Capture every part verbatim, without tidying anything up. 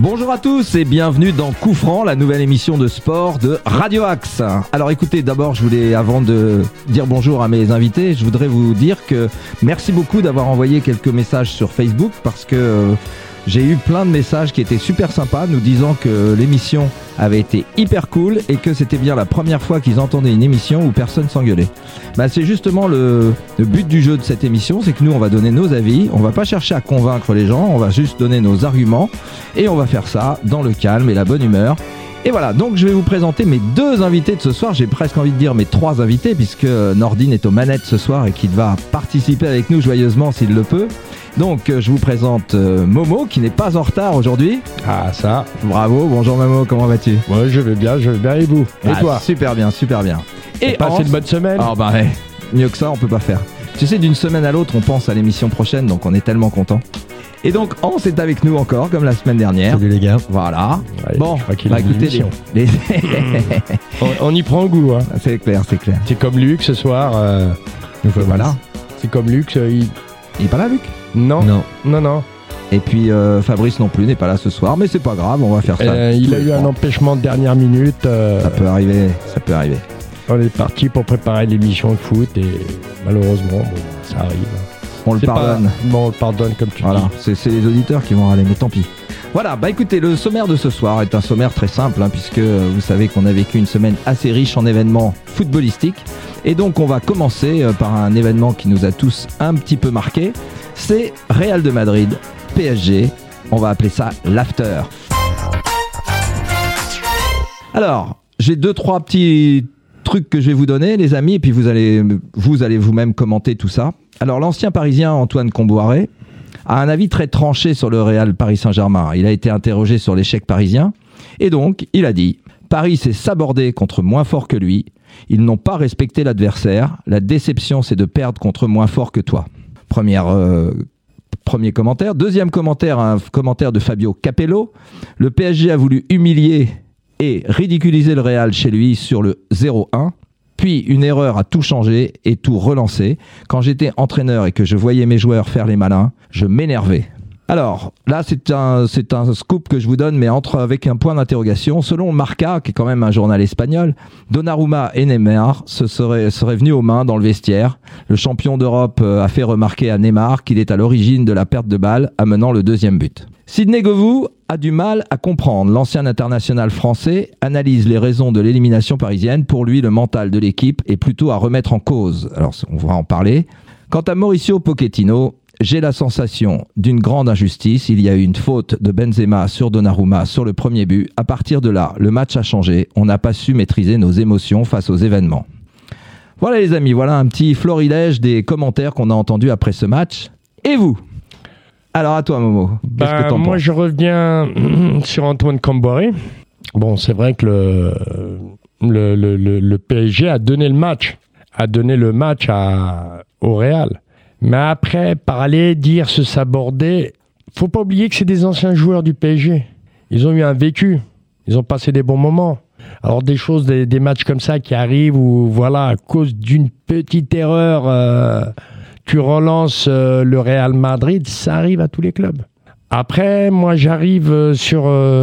Bonjour à tous et bienvenue dans Coup Franc, la nouvelle émission de sport de Radio Axe. Alors écoutez, d'abord je voulais, avant de dire bonjour à mes invités, je voudrais vous dire que merci beaucoup d'avoir envoyé quelques messages sur Facebook parce que euh, j'ai eu plein de messages qui étaient super sympas nous disant que l'émission avait été hyper cool et que c'était bien la première fois qu'ils entendaient une émission où personne s'engueulait. Bah, c'est justement le, le but du jeu de cette émission, c'est que nous on va donner nos avis, on va pas chercher à convaincre les gens, on va juste donner nos arguments et on va faire ça dans le calme et la bonne humeur. Et voilà, donc je vais vous présenter mes deux invités de ce soir, j'ai presque envie de dire mes trois invités puisque Nordine est aux manettes ce soir et qu'il va participer avec nous joyeusement s'il le peut. Donc je vous présente euh, Momo qui n'est pas en retard aujourd'hui. Ah ça, bravo, bonjour Momo, comment vas-tu? Ouais, je vais bien, je vais bien et vous? Et ah, toi? Super bien, super bien. Et passé une bonne semaine? Ah bah ouais, mieux que ça on peut pas faire. Tu sais, d'une semaine à l'autre on pense à l'émission prochaine, donc on est tellement content. Et donc Hans est avec nous encore comme la semaine dernière. Salut les gars. Voilà. Ouais, bon, bah écoutez, les... les... on, on y prend goût. Hein. C'est clair, c'est clair. C'est comme Luc ce soir. Euh... Voilà. C'est comme Luc. Il... il est pas là, Luc? Non. Non, non, non. Et puis euh, Fabrice non plus n'est pas là ce soir, mais c'est pas grave, on va faire ça. Euh, il a eu un empêchement de dernière minute. Euh... Ça peut arriver, ça peut arriver. On est parti pour préparer l'émission de foot et malheureusement, bon, ça arrive. On le c'est pardonne. Pas... Bon, on le pardonne comme tu voilà. dis. C'est, c'est les auditeurs qui vont râler, mais tant pis. Voilà, bah écoutez, le sommaire de ce soir est un sommaire très simple, hein, puisque vous savez qu'on a vécu une semaine assez riche en événements footballistiques. Et donc on va commencer par un événement qui nous a tous un petit peu marqué. C'est Real de Madrid, P S G. On va appeler ça l'after. Alors, j'ai deux, trois petits trucs que je vais vous donner, les amis, et puis vous allez, vous allez vous-même commenter tout ça. Alors, l'ancien Parisien Antoine Comboiré a un avis très tranché sur le Real Paris Saint-Germain. Il a été interrogé sur l'échec parisien, et donc, il a dit « Paris s'est sabordé contre moins fort que lui. Ils n'ont pas respecté l'adversaire. La déception, c'est de perdre contre moins fort que toi. » Première, euh, premier commentaire. Deuxième commentaire, un commentaire de Fabio Capello. Le P S G a voulu humilier et ridiculiser le Real chez lui sur le zéro un. Puis une erreur a tout changé et tout relancé. Quand j'étais entraîneur et que je voyais mes joueurs faire les malins, je m'énervais. Alors, là, c'est un, c'est un scoop que je vous donne, mais entre avec un point d'interrogation. Selon Marca, qui est quand même un journal espagnol, Donnarumma et Neymar se seraient, seraient venus aux mains dans le vestiaire. Le champion d'Europe a fait remarquer à Neymar qu'il est à l'origine de la perte de balle, amenant le deuxième but. Sidney Govou a du mal à comprendre. L'ancien international français analyse les raisons de l'élimination parisienne. Pour lui, le mental de l'équipe est plutôt à remettre en cause. Alors, on va en parler. Quant à Mauricio Pochettino, j'ai la sensation d'une grande injustice. Il y a eu une faute de Benzema sur Donnarumma sur le premier but. À partir de là, le match a changé. On n'a pas su maîtriser nos émotions face aux événements. Voilà les amis, voilà un petit florilège des commentaires qu'on a entendus après ce match. Et vous ? Alors à toi Momo, qu'est-ce bah, que t'en moi penses ? Je reviens sur Antoine Comboiré. Bon, c'est vrai que le, le, le, le, le P S G a donné le match, a donné le match à, au Real. Mais après, parler, dire, se saborder, faut pas oublier que c'est des anciens joueurs du P S G. Ils ont eu un vécu, ils ont passé des bons moments. Alors des choses, des, des matchs comme ça qui arrivent où, voilà, à cause d'une petite erreur, euh, tu relances euh, le Real Madrid, ça arrive à tous les clubs. Après, moi j'arrive sur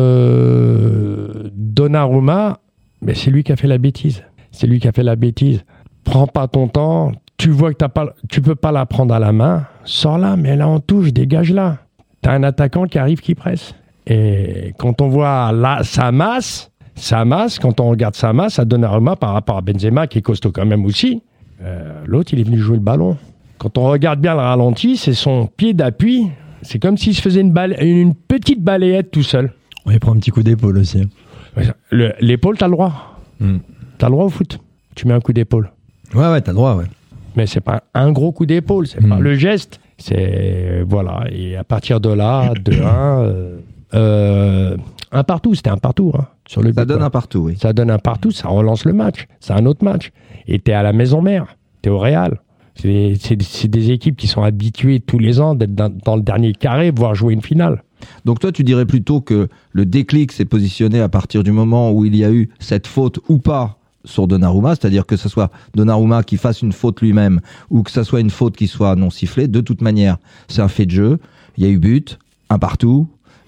euh, Donnarumma, mais c'est lui qui a fait la bêtise. C'est lui qui a fait la bêtise. Prends pas ton temps. Tu vois que t'as pas, tu peux pas la prendre à la main, sors là, mais là en touche, dégage là. T'as un attaquant qui arrive, qui presse. Et quand on voit là, sa masse, sa masse, quand on regarde sa masse, à Donnarumma par rapport à Benzema, qui est costaud quand même aussi, euh, l'autre, il est venu jouer le ballon. Quand on regarde bien le ralenti, c'est son pied d'appui. C'est comme s'il se faisait une, balle, une petite balayette tout seul. On y prend un petit coup d'épaule aussi. Le, l'épaule, t'as le droit. Mm. T'as le droit au foot. Tu mets un coup d'épaule. Ouais, ouais, t'as le droit, ouais. Mais c'est pas un gros coup d'épaule, c'est mmh. pas le geste. C'est voilà. Et à partir de là, deux un, euh, euh, un partout, c'était un partout hein, sur le. Ça but, donne quoi. un partout, oui. Ça donne un partout, ça relance le match. C'est un autre match. Et t'es à la maison mère, t'es au Real. C'est, c'est, c'est des équipes qui sont habituées tous les ans d'être dans, dans le dernier carré, voire jouer une finale. Donc toi, tu dirais plutôt que le déclic s'est positionné à partir du moment où il y a eu cette faute ou pas sur Donnarumma, c'est-à-dire que ce soit Donnarumma qui fasse une faute lui-même ou que ce soit une faute qui soit non sifflée, de toute manière, c'est un fait de jeu. Il y a eu but, un partout,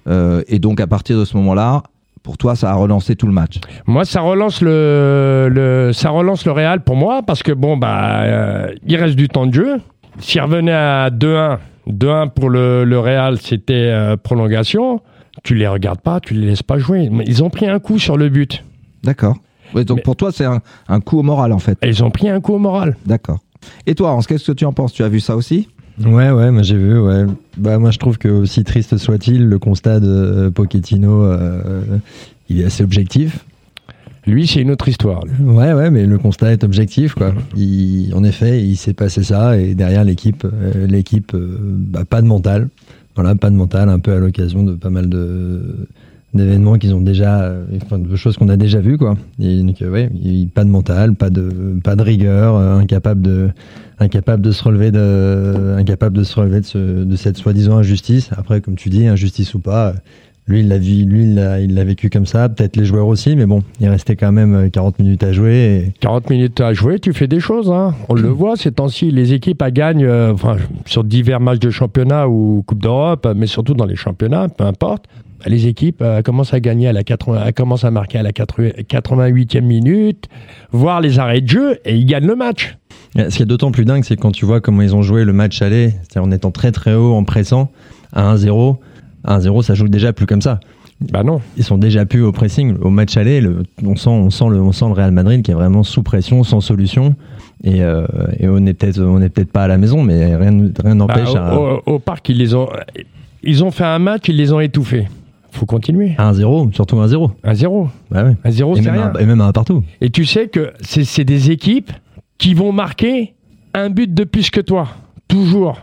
Euh, et donc, à partir de ce moment-là, pour toi, ça a relancé tout le match. Moi, ça relance le, le, ça relance le Real pour moi, parce que bon, bah, euh, il reste du temps de jeu. S'il revenait à deux un, deux un pour le, le Real, c'était euh, prolongation. Tu les regardes pas, tu les laisses pas jouer. Mais ils ont pris un coup sur le but. D'accord. Ouais, donc, Mais, pour toi, c'est un, un coup au moral, en fait. Et ils ont pris un coup au moral. D'accord. Et toi, Hans, qu'est-ce que tu en penses? Tu as vu ça aussi? Ouais, ouais, moi j'ai vu, ouais. Bah, moi je trouve que, aussi triste soit-il, le constat de euh, Pochettino, euh, il est assez objectif. Lui, c'est une autre histoire. Lui. Ouais, ouais, mais le constat est objectif, quoi. Il, en effet, il s'est passé ça, et derrière l'équipe, euh, l'équipe, euh, bah, pas de mental. Voilà, pas de mental, un peu à l'occasion de pas mal de d'événements qu'ils ont déjà, enfin, de choses qu'on a déjà vues, quoi. Et donc, ouais, il, pas de mental, pas de, pas de rigueur, euh, incapable de, incapable de se relever de, incapable de se relever de, ce, de cette soi-disant injustice. Après, comme tu dis, injustice ou pas, lui, il l'a vu, lui, il l'a, il l'a vécu comme ça. Peut-être les joueurs aussi, mais bon, il restait quand même quarante minutes à jouer. Et... quarante minutes à jouer, tu fais des choses, hein. On le voit ces temps-ci. Les équipes à gagnent, euh, enfin, sur divers matchs de championnat ou Coupe d'Europe, mais surtout dans les championnats, peu importe. Les équipes euh, commencent à gagner à la quatre-vingts, elles commencent à marquer à la quatre-vingt-huitième minute, voire les arrêts de jeu, et ils gagnent le match. Ce qui est d'autant plus dingue, c'est quand tu vois comment ils ont joué le match aller, c'est-à-dire en étant très très haut, en pressant, à un zéro. À un zéro, ça joue déjà plus comme ça. Bah non. Ils sont déjà plus au pressing. Au match aller, le, on, sent, on, sent le, on sent le Real Madrid qui est vraiment sous pression, sans solution. Et, euh, et on n'est peut-être, on n'est peut-être pas à la maison, mais rien, rien n'empêche. Bah, au, à... au, au parc, ils les ont, ils ont fait un match, ils les ont étouffés. Faut continuer. un zéro, surtout un zéro. un zéro. Bah ouais. un zéro, et c'est même rien. Un, et même un partout. Et tu sais que c'est, c'est des équipes qui vont marquer un but de plus que toi. Toujours.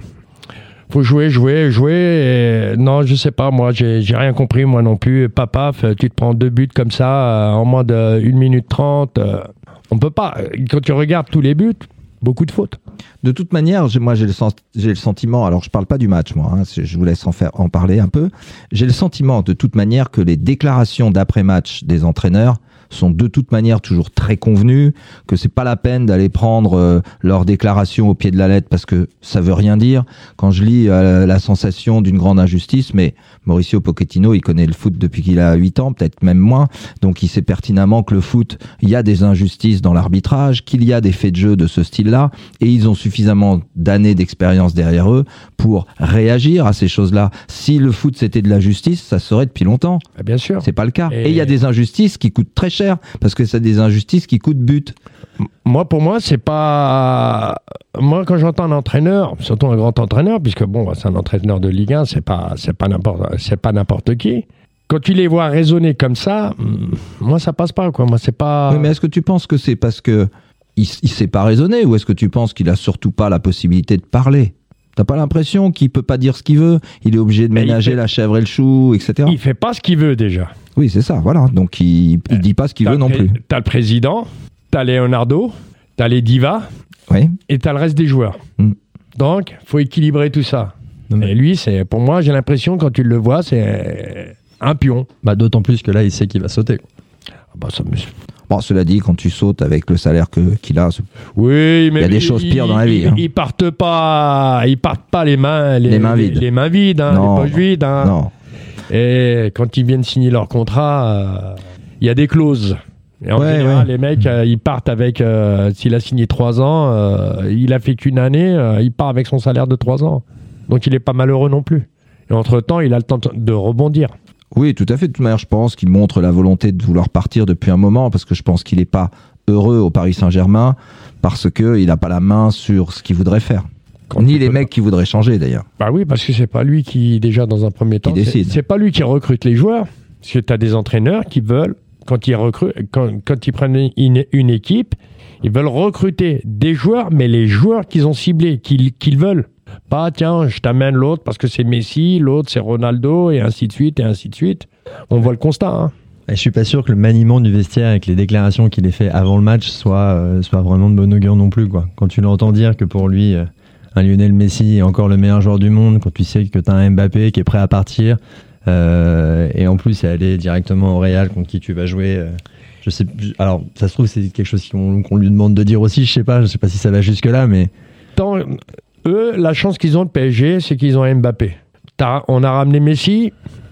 Faut jouer, jouer, jouer. Et... Non, je sais pas, moi, j'ai, j'ai rien compris, moi non plus. Papa, tu te prends deux buts comme ça euh, en moins d'une minute trente. Euh, on peut pas. Quand tu regardes tous les buts, beaucoup de fautes. De toute manière, j'ai, moi j'ai le, sens, j'ai le sentiment, alors je parle pas du match moi, hein, je vous laisse en, faire, en parler un peu, j'ai le sentiment de toute manière que les déclarations d'après-match des entraîneurs sont de toute manière toujours très convenues, que c'est pas la peine d'aller prendre euh, leurs déclarations au pied de la lettre parce que ça veut rien dire. Quand je lis euh, la sensation d'une grande injustice, mais Mauricio Pochettino, il connaît le foot depuis qu'il a huit ans, peut-être même moins, donc il sait pertinemment que le foot, il y a des injustices dans l'arbitrage, qu'il y a des faits de jeu de ce style-là, et ils ont suffisamment d'années d'expérience derrière eux pour réagir à ces choses-là. Si le foot c'était de la justice, ça serait depuis longtemps. Ah, bien sûr. C'est pas le cas. Et... et il y a des injustices qui coûtent très cher, parce que c'est des injustices qui coûtent but. Moi, pour moi, c'est pas... Moi, quand j'entends un entraîneur, surtout un grand entraîneur, puisque bon, c'est un entraîneur de Ligue un, c'est pas, c'est pas n'importe, c'est pas n'importe qui. Quand tu les vois raisonner comme ça, moi, ça passe pas, quoi. Moi, c'est pas... Oui, mais est-ce que tu penses que c'est parce que il, il sait pas raisonner, ou est-ce que tu penses qu'il a surtout pas la possibilité de parler? T'as pas l'impression qu'il peut pas dire ce qu'il veut? Il est obligé de mais ménager fait... la chèvre et le chou, et cetera. Il fait pas ce qu'il veut, déjà. Oui, c'est ça, voilà. Donc, il, il dit pas ce qu'il t'as veut non pré... plus. T'as le président, t'as Leonardo, t'as les divas, oui. Et t'as le reste des joueurs. Mm. Donc, faut équilibrer tout ça. Mais... Et lui, c'est, pour moi, j'ai l'impression, quand tu le vois, c'est un pion. Bah, d'autant plus que là, il sait qu'il va sauter. Ah bah, ça me... Bon, cela dit, quand tu sautes avec le salaire que, qu'il a, oui, mais il y a des choses pires dans la vie. Ils, hein. ils partent pas, ils partent pas les mains, les, les mains vides, les, les mains vides, hein, non, les poches vides. Hein. Non. Et quand ils viennent signer leur contrat, il euh, y a des clauses. Et en ouais, général, ouais. les mecs, euh, ils partent avec. Euh, s'il a signé trois ans, euh, il a fait qu'une année, euh, il part avec son salaire de trois ans. Donc il est pas malheureux non plus. Et entre-temps, il a le temps de rebondir. Oui, tout à fait. De toute manière, je pense qu'il montre la volonté de vouloir partir depuis un moment, parce que je pense qu'il n'est pas heureux au Paris Saint-Germain, parce qu'il n'a pas la main sur ce qu'il voudrait faire. Quand Ni les mecs pas. qui voudraient changer, d'ailleurs. Bah oui, parce que c'est pas lui qui, déjà, dans un premier temps, qui décide. C'est, c'est pas lui qui recrute les joueurs. Parce que tu as des entraîneurs qui veulent, quand ils, recrutent, quand, quand ils prennent une, une équipe, ils veulent recruter des joueurs, mais les joueurs qu'ils ont ciblés, qu'ils, qu'ils veulent. Pas, tiens, je t'amène l'autre parce que c'est Messi, l'autre c'est Ronaldo, et ainsi de suite, et ainsi de suite. On voit le constat. Hein. Et je suis pas sûr que le maniement du vestiaire avec les déclarations qu'il ait fait avant le match soit, euh, soit vraiment de bon augure non plus, quoi. Quand tu l'entends dire que pour lui, euh, un Lionel Messi est encore le meilleur joueur du monde, quand tu sais que tu as un Mbappé qui est prêt à partir, euh, et en plus aller directement au Real contre qui tu vas jouer... Euh, je sais, alors, ça se trouve, c'est quelque chose qu'on, qu'on lui demande de dire aussi, je sais pas, je sais pas si ça va jusque-là, mais... Tant... Eux, la chance qu'ils ont, le P S G, c'est qu'ils ont Mbappé. T'as, on a ramené Messi,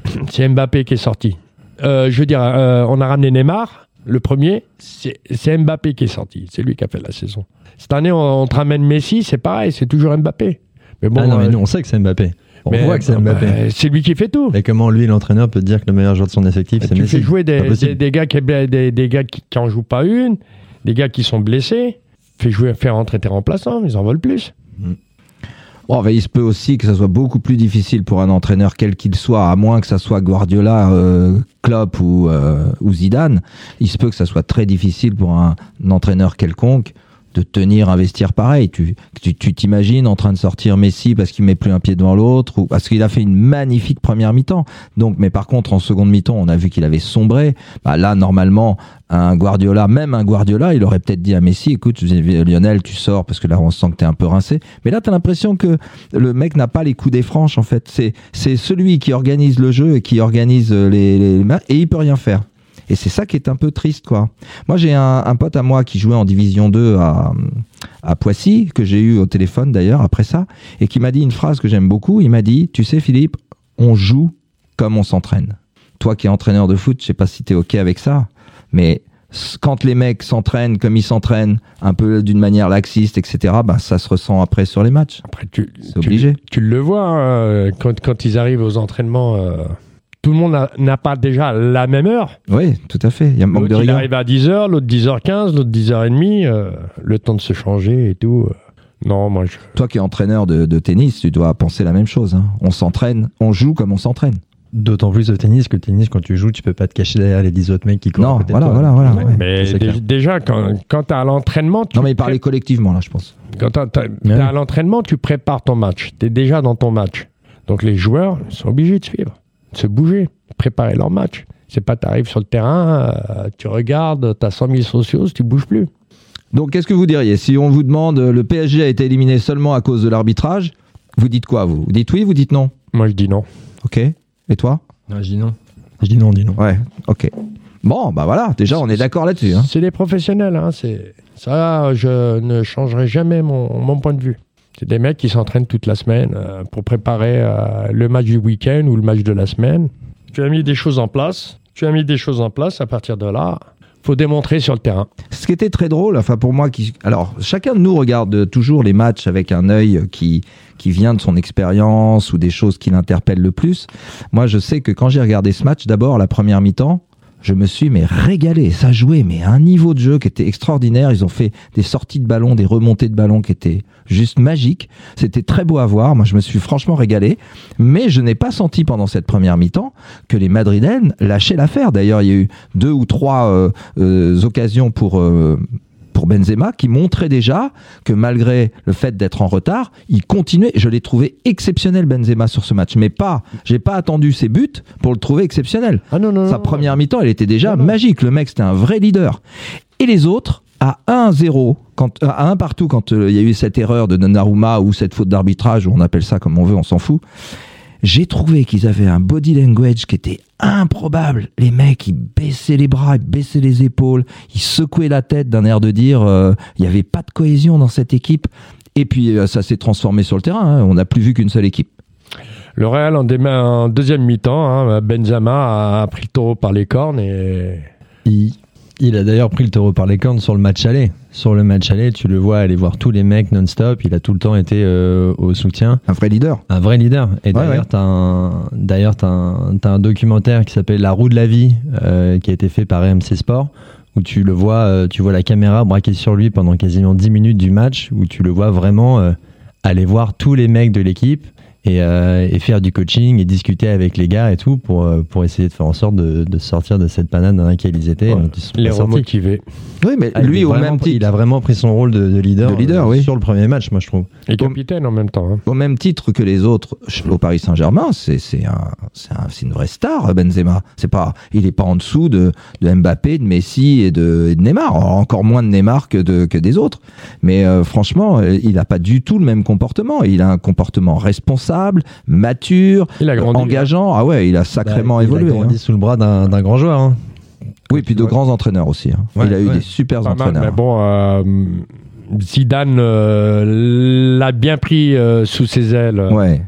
c'est Mbappé qui est sorti. Euh, je veux dire, euh, on a ramené Neymar, le premier, c'est, c'est Mbappé qui est sorti. C'est lui qui a fait la saison. Cette année, on, on te ramène Messi, c'est pareil, c'est toujours Mbappé. Mais bon, ah non, euh, mais nous, on sait que c'est Mbappé. On mais, voit que c'est Mbappé. Bah, c'est lui qui fait tout. Et comment lui, l'entraîneur, peut dire que le meilleur joueur de son effectif, c'est tu Messi? Tu fais jouer des, des, des gars qui des, des gars qui n'en jouent pas une, des gars qui sont blessés. Fais jouer, faire rentrer tes remplaçants, ils en veulent plus. Mm. Bon, ben, il se peut aussi que ça soit beaucoup plus difficile pour un entraîneur quel qu'il soit, à moins que ça soit Guardiola, euh, Klopp ou, euh, ou Zidane. Il se peut que ça soit très difficile pour un, un entraîneur quelconque de tenir un vestiaire pareil. Tu, tu, tu t'imagines en train de sortir Messi parce qu'il met plus un pied devant l'autre ou parce qu'il a fait une magnifique première mi-temps. Donc, mais par contre, en seconde mi-temps, on a vu qu'il avait sombré. Bah, là, normalement, un Guardiola, même un Guardiola, il aurait peut-être dit à Messi, écoute, Lionel, tu sors parce que là, on sent que t'es un peu rincé. Mais là, t'as l'impression que le mec n'a pas les coups des franches, en fait. C'est, c'est celui qui organise le jeu et qui organise les, les matchs et il peut rien faire. Et c'est ça qui est un peu triste, quoi. Moi, j'ai un, un pote à moi qui jouait en Division deux à, à Poissy, que j'ai eu au téléphone d'ailleurs après ça, et qui m'a dit une phrase que j'aime beaucoup. Il m'a dit, tu sais Philippe, on joue comme on s'entraîne. Toi qui es entraîneur de foot, je sais pas si tu es OK avec ça, mais quand les mecs s'entraînent comme ils s'entraînent, un peu d'une manière laxiste, et cetera, bah, ça se ressent après sur les matchs. Après, tu, c'est obligé. Tu, tu le vois, hein, quand, quand ils arrivent aux entraînements... Euh... Tout le monde n'a, n'a pas déjà la même heure. Oui, tout à fait. Il y a un manque de rigueur. Il arrive à dix heures, l'autre dix heures quinze, l'autre dix heures trente, euh, le temps de se changer et tout. Euh, non, moi je... Toi qui es entraîneur de, de tennis, tu dois penser la même chose. Hein. On s'entraîne, on joue comme on s'entraîne. D'autant plus au tennis que le tennis, quand tu joues, tu peux pas te cacher derrière les dix autres mecs qui courent. Non, à côté voilà, de toi. voilà, voilà. Ouais, ouais. Mais dé- déjà, quand, quand tu es à l'entraînement... Tu non, mais il parlait pré- collectivement, là, je pense. Quand tu es à l'entraînement, tu prépares ton match. Tu es déjà dans ton match. Donc les joueurs sont obligés de suivre, de se bouger, préparer leur match. C'est pas, tu arrives sur le terrain, euh, tu regardes, tu as cent mille socios, tu bouges plus. Donc, qu'est-ce que vous diriez? Si on vous demande, le P S G a été éliminé seulement à cause de l'arbitrage, vous dites quoi, vous? Vous dites oui, vous dites non? Moi, je dis non. Ok. Et toi? Non, je dis non. Je dis non, dis non. Ouais, ok. Bon, bah voilà, déjà, on est d'accord là-dessus. Hein. C'est des professionnels, hein, c'est... ça, je ne changerai jamais mon, mon point de vue. C'est des mecs qui s'entraînent toute la semaine euh, pour préparer euh, le match du week-end ou le match de la semaine. Tu as mis des choses en place, tu as mis des choses en place, à partir de là, faut démontrer sur le terrain. Ce qui était très drôle, enfin pour moi, qui, alors chacun de nous regarde toujours les matchs avec un œil qui qui vient de son expérience ou des choses qui l'interpellent le plus. Moi, je sais que quand j'ai regardé ce match, d'abord la première mi-temps, je me suis mais régalé. Ça jouait mais à un niveau de jeu qui était extraordinaire. Ils ont fait des sorties de ballon, des remontées de ballon qui étaient juste magiques. C'était très beau à voir. Moi, je me suis franchement régalé. Mais je n'ai pas senti pendant cette première mi-temps que les Madrilènes lâchaient l'affaire. D'ailleurs, il y a eu deux ou trois euh, euh, occasions pour euh, pour Benzema qui montrait déjà que malgré le fait d'être en retard, il continuait. Je l'ai trouvé exceptionnel, Benzema, sur ce match. Mais pas, j'ai pas attendu ses buts pour le trouver exceptionnel. Ah non, non, Sa non, première non. mi-temps, elle était déjà non, non. magique. Le mec, c'était un vrai leader. Et les autres, à un zéro, quand, à un partout, quand euh, il y a eu cette erreur de Donnarumma ou cette faute d'arbitrage, ou on appelle ça comme on veut, on s'en fout, j'ai trouvé qu'ils avaient un body language qui était improbable. Les mecs, ils baissaient les bras, ils baissaient les épaules, ils secouaient la tête d'un air de dire euh, il n'y avait pas de cohésion dans cette équipe. Et puis, euh, ça s'est transformé sur le terrain. Hein. On n'a plus vu qu'une seule équipe. Le Real, en, dé- en deuxième mi-temps, hein, Benzema a pris le taureau par les cornes et... Il, il a d'ailleurs pris le taureau par les cornes sur le match aller. Sur le match aller, tu le vois aller voir tous les mecs non-stop. Il a tout le temps été euh, au soutien. Un vrai leader. Un vrai leader. Et d'ailleurs, ouais, ouais. t'as un, d'ailleurs, t'as un, t'as un documentaire qui s'appelle La roue de la vie, euh, qui a été fait par R M C Sport, où tu le vois, euh, tu vois la caméra braquée sur lui pendant quasiment dix minutes du match, où tu le vois vraiment euh, aller voir tous les mecs de l'équipe et, euh, et faire du coaching et discuter avec les gars et tout pour, euh, pour essayer de faire en sorte de, de sortir de cette panade dans laquelle ils étaient. Ouais, dont ils sont les pas sortis. remotivés. Oui, mais Ah, lui, il, est au vraiment même pris- titre. il a vraiment pris son rôle de, de leader, De leader, euh, oui. sur le premier match, moi je trouve. Et capitaine en même temps. Hein. Au même titre que les autres au Paris Saint-Germain, c'est c'est un, c'est un, c'est une vraie star, Benzema. C'est pas, il est pas en dessous de, de Mbappé, de Messi et de, et de Neymar. Encore moins de Neymar que de que des autres. Mais euh, franchement, il a pas du tout le même comportement. Il a un comportement responsable, mature, Il a grandi. engageant. Ah ouais, il a sacrément Bah, évolué. Il a grandi hein. sous le bras d'un, d'un grand joueur. Hein. Oui, puis de grands entraîneurs aussi. Hein. Ouais, il a eu ouais. des super Pas mal, entraîneurs. mais bon, euh, Zidane euh, l'a bien pris euh, sous ses ailes. Ouais.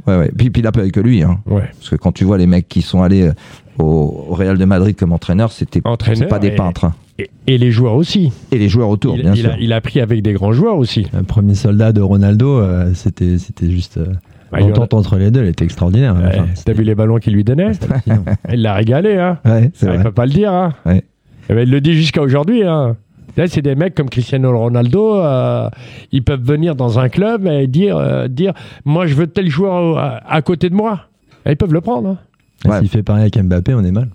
ouais, ouais. Puis, puis il n'a pas eu que lui. Hein. Ouais. Parce que quand tu vois les mecs qui sont allés au, au Real de Madrid comme entraîneur, c'était Entraîneur c'est pas des et- peintres. Hein. Et, et les joueurs aussi. Et les joueurs autour, il, bien il sûr. a, il a pris avec des grands joueurs aussi. Le premier soldat de Ronaldo, euh, c'était, c'était juste. Euh, Ouais, il y en a- l'entente entre les deux, elle était extraordinaire. Ouais, Enfin, T'as c'était- vu les ballons qu'il lui donnait? c'était hallucinant. Il l'a régalé, hein. Ouais, c'est Ah, il vrai. peut pas le dire, hein. Ouais. Eh ben, il le dit jusqu'à aujourd'hui, hein. Là, c'est des mecs comme Cristiano Ronaldo, euh, ils peuvent venir dans un club et dire, euh, dire moi, je veux tel joueur à, à côté de moi. Et ils peuvent le prendre. Hein. Ouais. S'il fait pareil avec Mbappé, on est mal.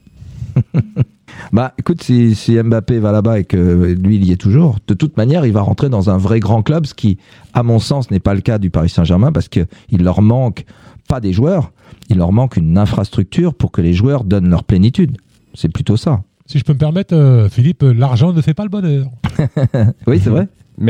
Bah écoute, si, si Mbappé va là-bas et que lui il y est toujours, de toute manière il va rentrer dans un vrai grand club, ce qui à mon sens n'est pas le cas du Paris Saint-Germain parce qu'il leur manque pas des joueurs, il leur manque une infrastructure pour que les joueurs donnent leur plénitude. C'est plutôt ça. Si je peux me permettre, euh, Philippe, l'argent ne fait pas le bonheur. Oui, c'est vrai.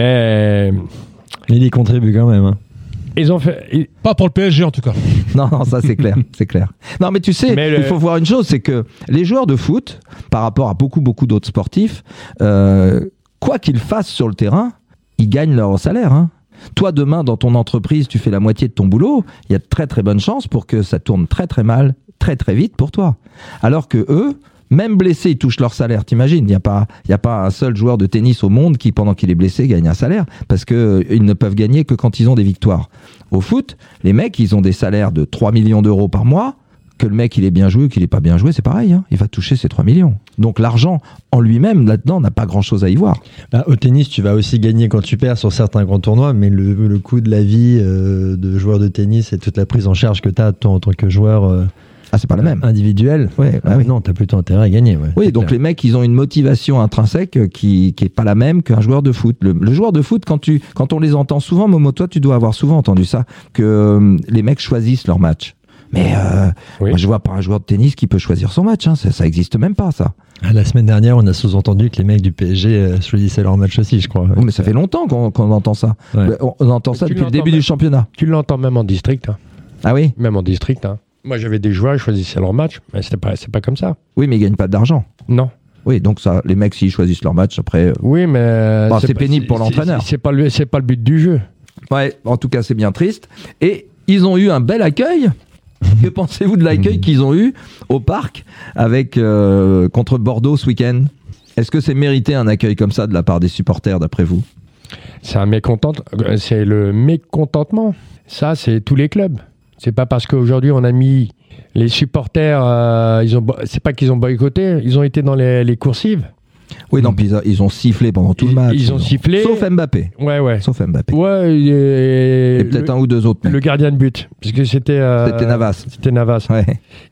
Mais Il y contribue quand même. Hein. ils ont fait. ils- Pas pour le P S G en tout cas. Non, non, ça c'est clair, c'est clair. Non, mais tu sais, Mais le- il faut voir une chose, c'est que les joueurs de foot, par rapport à beaucoup, beaucoup d'autres sportifs, euh, quoi qu'ils fassent sur le terrain, ils gagnent leur salaire. Hein. Toi, demain, dans ton entreprise, tu fais la moitié de ton boulot, il y a de très, très bonnes chances pour que ça tourne très, très mal, très, très vite pour toi. Alors que eux, même blessés, ils touchent leur salaire. T'imagines, il n'y a pas, il y a pas un seul joueur de tennis au monde qui, pendant qu'il est blessé, gagne un salaire parce que euh, ils ne peuvent gagner que quand ils ont des victoires. Au foot, les mecs, ils ont des salaires de trois millions d'euros par mois. Que le mec, il est bien joué ou qu'il n'est pas bien joué, c'est pareil. Hein. Il va toucher ces trois millions. Donc l'argent en lui-même, là-dedans, n'a pas grand-chose à y voir. Bah, au tennis, tu vas aussi gagner quand tu perds sur certains grands tournois, mais le, le coût de la vie euh, de joueur de tennis et toute la prise en charge que tu as toi en tant que joueur euh, Ah, c'est pas la même. individuel, Ouais, bah euh, oui. non, tu as plutôt intérêt à gagner. Ouais, Oui, c'est donc clair. les mecs, ils ont une motivation intrinsèque euh, qui qui est pas la même qu'un joueur de foot. Le, le joueur de foot, quand tu quand on les entend souvent, Momo, toi, tu dois avoir souvent entendu ça, que euh, les mecs choisissent leur match. Mais euh, Oui. moi, je vois pas un joueur de tennis qui peut choisir son match. Hein. Ça, ça existe même pas, ça. Ah, la semaine dernière, on a sous-entendu que les mecs du P S G euh, choisissaient leur match aussi, je crois. Oh, mais ça fait longtemps qu'on qu'on entend ça. Ouais. On, on entend ça Tu depuis le l'entends début même. du championnat. Tu l'entends même en district. Hein. Ah oui. Même en district. Hein. Moi, j'avais des joueurs, ils choisissaient leur match, mais c'était pas, c'est pas comme ça. Oui, mais ils gagnent pas d'argent. Non. Oui, donc ça, les mecs, s'ils choisissent leur match, après. euh, Oui, mais. Bon, c'est pas- pénible pour c'est- l'entraîneur. C'est c'est pas, le- c'est pas le but du jeu. Ouais, en tout cas, c'est bien triste. Et ils ont eu un bel accueil. Que pensez-vous de l'accueil qu'ils ont eu au parc avec euh, contre Bordeaux ce week-end? Est-ce que c'est mérité un accueil comme ça de la part des supporters, d'après vous? C'est un mécontent, c'est le mécontentement. Ça, c'est tous les clubs. C'est pas parce qu'aujourd'hui on a mis les supporters, euh, ils ont, bo- c'est pas qu'ils ont boycotté, ils ont été dans les, les coursives. Oui, non, puis ils, a- ils ont sifflé pendant tout le Ils- match. ils ont sifflé. Sauf Mbappé. Ouais, ouais. Sauf Mbappé. Ouais, et, Et peut-être le, un ou deux autres mecs. le gardien de but, parce que c'était. euh, C'était Navas. C'était Navas. Ouais.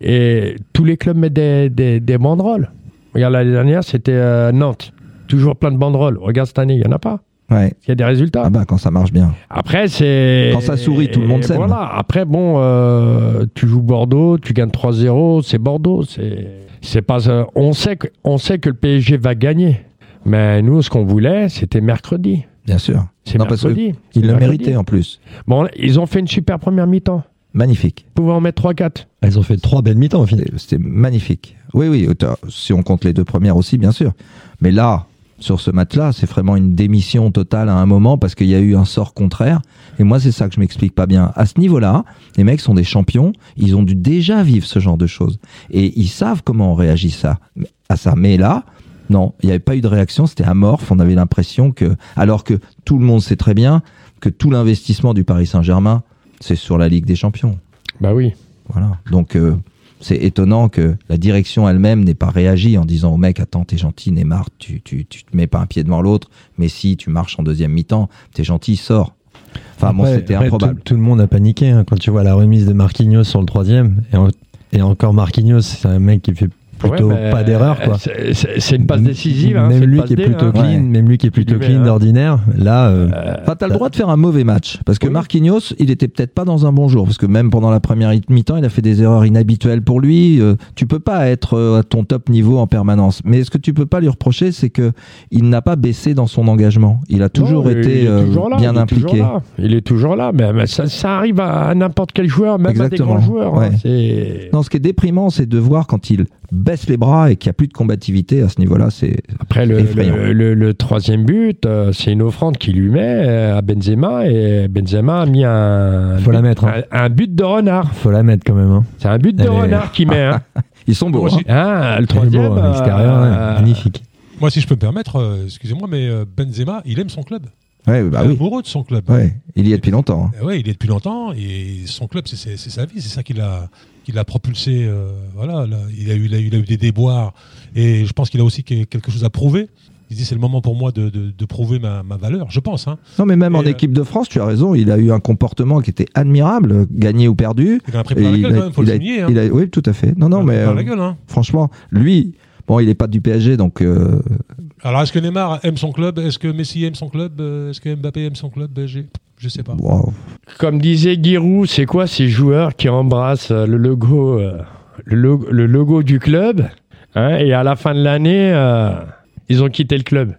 Et tous les clubs mettent des, des, des banderoles. Regarde, l'année dernière, c'était euh, Nantes. Toujours plein de banderoles. Regarde cette année, il n'y en a pas. Ouais. Il y a des résultats. Ah bah, quand ça marche bien. Après, c'est. Quand ça sourit, tout le monde s'aime. Voilà. Après, bon, euh, tu joues Bordeaux, tu gagnes trois zéro, c'est Bordeaux. C'est, c'est pas. euh, on sait que, on sait que le P S G va gagner. Mais nous, ce qu'on voulait, c'était mercredi. Bien sûr. C'est Non, parce mercredi. Ils C'est le mercredi. méritaient en plus. Bon, ils ont fait une super première mi-temps. Magnifique. Ils pouvaient en mettre trois quatre. Elles ont fait trois belles mi-temps au final. C'était c'était magnifique. Oui, oui, autant- si on compte les deux premières aussi, bien sûr. Mais là, sur ce match-là, c'est vraiment une démission totale à un moment parce qu'il y a eu un sort contraire. Et moi, c'est ça que je m'explique pas bien. À ce niveau-là, les mecs sont des champions. Ils ont dû déjà vivre ce genre de choses. Et ils savent comment on réagit ça, à ça. Mais là, non, il n'y avait pas eu de réaction. C'était amorphe. On avait l'impression que, alors que tout le monde sait très bien que tout l'investissement du Paris Saint-Germain, c'est sur la Ligue des Champions. Bah oui. Voilà. Donc, euh, c'est étonnant que la direction elle-même n'ait pas réagi en disant au mec, attends, t'es gentil, Neymar, tu, tu, tu te mets pas un pied devant l'autre, mais si tu marches en deuxième mi-temps, t'es gentil, sors. Enfin, bon, Après- c'était après, improbable. Tout, tout le monde a paniqué hein, quand tu vois la remise de Marquinhos sur le troisième. Et, en- et encore Marquinhos, c'est un mec qui fait plutôt Ouais, mais pas d'erreur, quoi. C'est, c'est- c'est une passe décisive. Hein, Même c'est une lui passe qui est D, plutôt hein. clean, Ouais. même lui qui est plutôt lui mets, clean hein. d'ordinaire. Là, euh, Euh, Enfin, t'as le droit de faire un mauvais match. Parce que Oui. Marquinhos, il était peut-être pas dans un bon jour. Parce que même pendant la première mi-temps, il a fait des erreurs inhabituelles pour lui. Euh, tu peux pas être euh, à ton top niveau en permanence. Mais ce que tu peux pas lui reprocher, c'est que il n'a pas baissé dans son engagement. Il a toujours Non, il- été il est euh, toujours là, bien il est toujours impliqué. là. Il est toujours là, mais, mais ça, ça arrive à, à n'importe quel joueur, même Exactement, à des grands joueurs. hein. ouais. C'est... Non, ce qui est déprimant, c'est de voir quand il baisse les bras et qu'il n'y a plus de combativité à ce niveau-là, c'est Après, le, effrayant. le, le, le troisième but, euh, c'est une offrande qu'il lui met euh, à Benzema, et Benzema a mis un, Faut but, la mettre, hein. un, un but de renard. Faut la mettre quand même. Hein. C'est un but de Elle est- renard qu'il met. Hein. Ils sont beaux. Moi hein. aussi. Hein, le Il est troisième, beau, à l'extérieur, ouais, euh, magnifique. Moi, si je peux me permettre, euh, excusez-moi, mais euh, Benzema, il aime son club. Ouais, bah il est oui. amoureux de son club. Ouais, il y est depuis longtemps. hein. Euh, ouais, il est depuis longtemps et son club, c'est, c'est, c'est sa vie, c'est ça qui l'a, qui l'a propulsé. euh, voilà, là, il, a eu, il, a eu, il a eu des déboires et je pense qu'il a aussi quelque chose à prouver. Il dit c'est le moment pour moi de, de, de prouver ma, ma valeur, je pense. Hein. Non, mais même Et en euh, équipe de France, tu as raison, il a eu un comportement qui était admirable, gagné ou perdu. Il en a pris Et plein la il gueule a- quand même, faut il le a- souligner. Hein. il a- oui, tout à fait. Non, non, Il en a mais pris plein la euh, gueule, hein. franchement, lui, bon, il n'est pas du P S G, donc euh, Alors, est-ce que Neymar aime son club? Est-ce que Messi aime son club? Euh, Est-ce que Mbappé aime son club? P S G? Je sais pas. wow. Comme disait Giroud, c'est quoi ces joueurs qui embrassent euh, le logo, euh, le, logo le logo du club, hein, et à la fin de l'année, euh, ils ont quitté le club.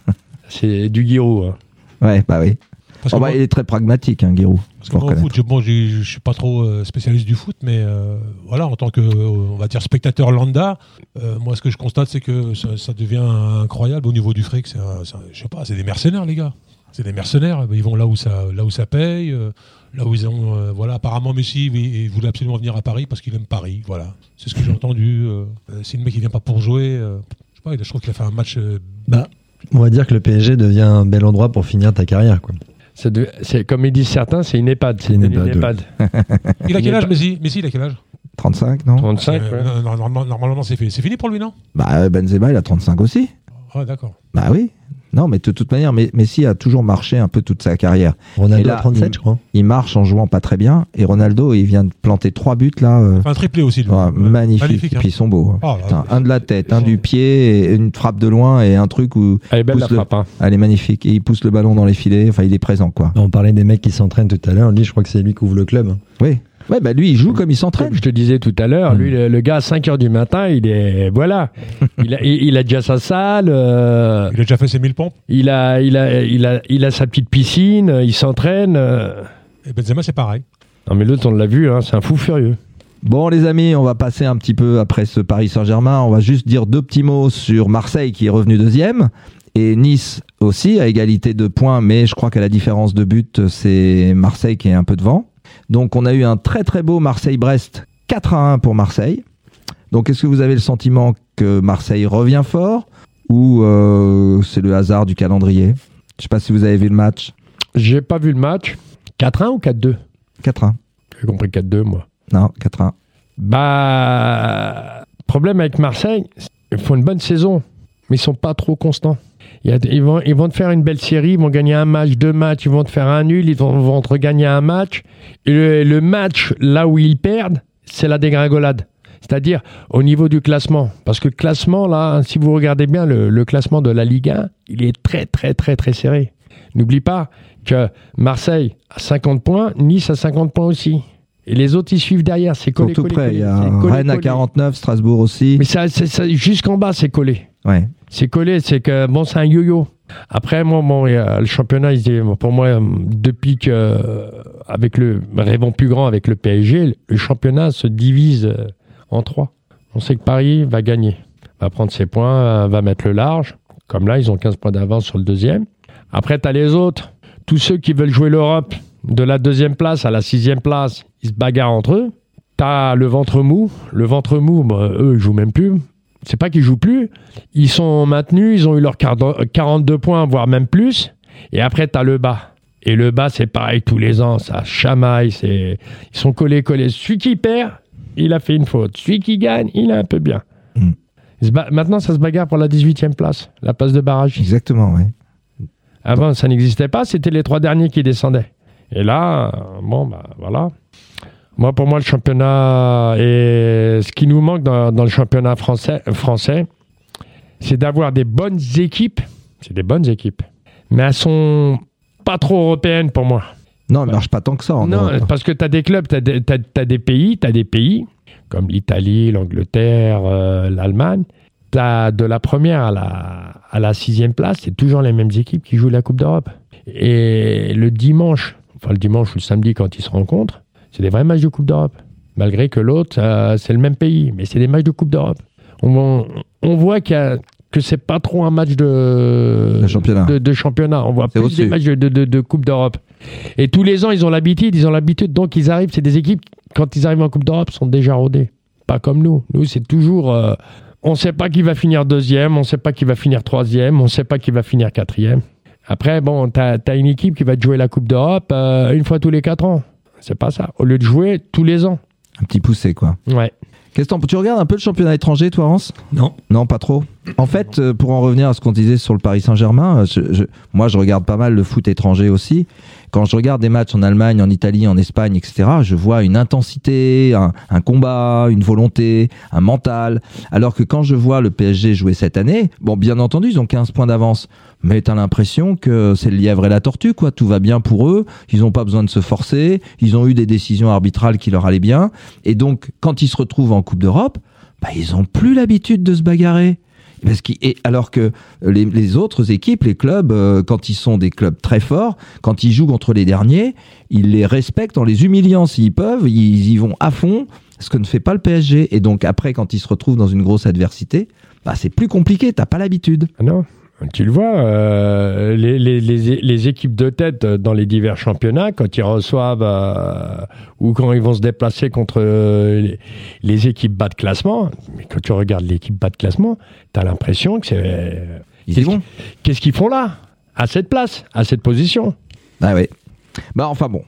C'est du Giroud. Hein. Ouais, bah oui. Parce que Oh, bah, moi- il est très pragmatique, hein, Giroud. Parce que faut moi, au reconnaître. foot, je, bon, j'ai- je suis pas trop euh, spécialiste du foot, mais euh, voilà, en tant que, euh, on va dire, spectateur lambda, euh, moi, ce que je constate, c'est que ça, ça devient incroyable au niveau du fric. C'est, un- c'est un- je sais pas, c'est des mercenaires, les gars. C'est des mercenaires. Ils vont là où ça, là où ça paye, euh, là où ils ont, euh, voilà. Apparemment, Messi, il, il voulait absolument venir à Paris parce qu'il aime Paris. Voilà, c'est ce que j'ai entendu. Euh, euh, si le mec il vient pas pour jouer, euh, je sais pas, il a- je trouve qu'il a fait un match. euh, Bah, on va dire que le P S G devient un bel endroit pour finir ta carrière. Quoi. C'est de- c'est, comme ils disent certains, c'est une EHPAD. C'est une EHPAD, Il a Il quel est âge, pas- Messi? Messi, il a quel âge? trente-cinq, non trente-cinq, Euh, ouais. non, non, normalement, normalement, c'est fait. C'est fini pour lui, non? Bah, Benzema, il a trente-cinq aussi. Ah, d'accord. Bah oui. Non, mais de toute manière, Me- Messi a toujours marché un peu toute sa carrière. Ronaldo Et là, à trente-sept, il- je crois. Il marche en jouant pas très bien. Et Ronaldo, il vient de planter trois buts là. euh, Enfin, un triplé aussi. lui. ouais, Ouais, magnifique. Et hein. puis ils sont beaux. hein. Ah, là, Putain, là, un de la tête, un ils du sont- pied, et une frappe de loin et un truc où Elle est belle la pousse le- frappe. Hein. elle est magnifique. Et il pousse le ballon dans les filets. Enfin, il est présent, quoi. On parlait des mecs qui s'entraînent tout à l'heure. Lui, je crois que c'est lui qui ouvre le club. hein. Oui. Ouais, bah lui, il joue comme il s'entraîne. Comme je te disais tout à l'heure, Mm. lui, le, le gars à cinq heures du matin, il est. Voilà. il, a, il, il a déjà sa salle, euh, Il a déjà fait ses mille pompes. il, a, il, a, il, a, il a sa petite piscine, euh, il s'entraîne. euh. Et Benzema, c'est pareil. Non, mais l'autre, on l'a vu, hein, c'est un fou furieux. Bon, les amis, on va passer un petit peu après ce Paris Saint-Germain. On va juste dire deux petits mots sur Marseille qui est revenu deuxième. Et Nice aussi, à égalité de points. Mais je crois qu'à la différence de but, c'est Marseille qui est un peu devant. Donc, on a eu un très très beau Marseille-Brest, quatre à un pour Marseille. Donc, est-ce que vous avez le sentiment que Marseille revient fort ou euh, c'est le hasard du calendrier? Je ne sais pas si vous avez vu le match. J'ai pas vu le match. quatre un ou quatre deux? quatre un. J'ai compris quatre deux, moi. Non, quatre un. Bah, problème avec Marseille, ils font une bonne saison, mais ils sont pas trop constants. Il y a, ils, vont, ils vont te faire une belle série, ils vont gagner un match, deux matchs, ils vont te faire un nul, ils vont, vont te regagner un match. Et le, le match, là où ils perdent, c'est la dégringolade. C'est-à-dire au niveau du classement. Parce que le classement, là, si vous regardez bien le, le classement de la Ligue un, il est très, très, très, très serré. N'oublie pas que Marseille a cinquante points, Nice a cinquante points aussi. Et les autres, ils suivent derrière. C'est Ils sont collé, tout collé, près. collé. Il y a C'est collé, Rennes à collé. quarante-neuf, Strasbourg aussi. Mais ça, c'est- ça- jusqu'en bas, c'est collé. Ouais. C'est collé, c'est que bon, c'est un yo-yo. Après, moi, bon, il y a le championnat, il se dit, bon, pour moi, euh, depuis que, euh, avec le, rêvons plus grand avec le P S G, le championnat se divise euh, en trois. On sait que Paris va gagner, va prendre ses points, euh, va mettre le large. Comme là, ils ont quinze points d'avance sur le deuxième. Après, tu as les autres, tous ceux qui veulent jouer l'Europe, de la deuxième place à la sixième place, ils se bagarrent entre eux. T'as le ventre mou. Le ventre mou, bah, eux, ils jouent même plus. C'est pas qu'ils jouent plus. Ils sont maintenus, ils ont eu leurs quarante-deux points, voire même plus. Et après, t'as le bas. Et le bas, c'est pareil tous les ans. Ça chamaille. C'est... Ils sont collés, collés. Celui qui perd, il a fait une faute. Celui qui gagne, il est un peu bien. Mm. Ils se ba- Maintenant, ça se bagarre pour la dix-huitième place, la place de barrage. Exactement, oui. Avant, ça n'existait pas. C'était les trois derniers qui descendaient. Et là, euh, bon, bah voilà. Moi, pour moi, le championnat et ce qui nous manque dans, dans le championnat français, français, c'est d'avoir des bonnes équipes. C'est des bonnes équipes, mais elles sont pas trop européennes pour moi. Non, elle marche pas tant que ça en non, Europe. parce que tu as des clubs, tu as, des pays, tu as des pays comme l'Italie, l'Angleterre, euh, l'Allemagne. Tu as de la première à la, à la sixième place, c'est toujours les mêmes équipes qui jouent la Coupe d'Europe. Et le dimanche, enfin le dimanche ou le samedi quand ils se rencontrent, c'est des vrais matchs de Coupe d'Europe. Malgré que l'autre, euh, c'est le même pays, mais c'est des matchs de Coupe d'Europe. on, on voit qu'il y a, que c'est pas trop un match de, de championnat. De, de championnat. On voit c'est plus aussi. des matchs de, de, de, de Coupe d'Europe. Et tous les ans, ils ont l'habitude, ils ont l'habitude. Donc, ils arrivent, c'est des équipes, quand ils arrivent en Coupe d'Europe, sont déjà rodés. Pas comme nous. Nous, c'est toujours... Euh, on ne sait pas qui va finir deuxième, on ne sait pas qui va finir troisième, on ne sait pas qui va finir quatrième. Après, bon, tu as une équipe qui va te jouer la Coupe d'Europe euh, une fois tous les quatre ans. C'est pas ça. Au lieu de jouer tous les ans. Un petit poussé, quoi. Ouais. Qu'est-ce que tu regardes un peu le championnat étranger, toi, Hans ? Non. Non, pas trop. En fait, euh, pour en revenir à ce qu'on disait sur le Paris Saint-Germain, je, je, moi, je regarde pas mal le foot étranger aussi. Quand je regarde des matchs en Allemagne, en Italie, en Espagne, et cetera, je vois une intensité, un, un combat, une volonté, un mental. Alors que quand je vois le P S G jouer cette année, bon, bien entendu, ils ont quinze points d'avance. Mais t'as l'impression que c'est le lièvre et la tortue, quoi. Tout va bien pour eux. Ils n'ont pas besoin de se forcer. Ils ont eu des décisions arbitrales qui leur allaient bien. Et donc, quand ils se retrouvent en Coupe d'Europe, bah, ils n'ont plus l'habitude de se bagarrer. Parce qu', et alors que les, les autres équipes, les clubs, euh, quand ils sont des clubs très forts, quand ils jouent contre les derniers, ils les respectent en les humiliant s'ils peuvent, ils y vont à fond, ce que ne fait pas le P S G. Et donc après, quand ils se retrouvent dans une grosse adversité, bah, c'est plus compliqué, t'as pas l'habitude. Ah non. Tu le vois, euh, les, les, les, les équipes de tête dans les divers championnats, quand ils reçoivent euh, ou quand ils vont se déplacer contre euh, les, les équipes bas de classement, mais quand tu regardes l'équipe bas de classement, tu as l'impression que c'est... Ils y vont. Qu'est-ce qu'ils font là, à cette place, à cette position ? Ah oui. Bah enfin bon.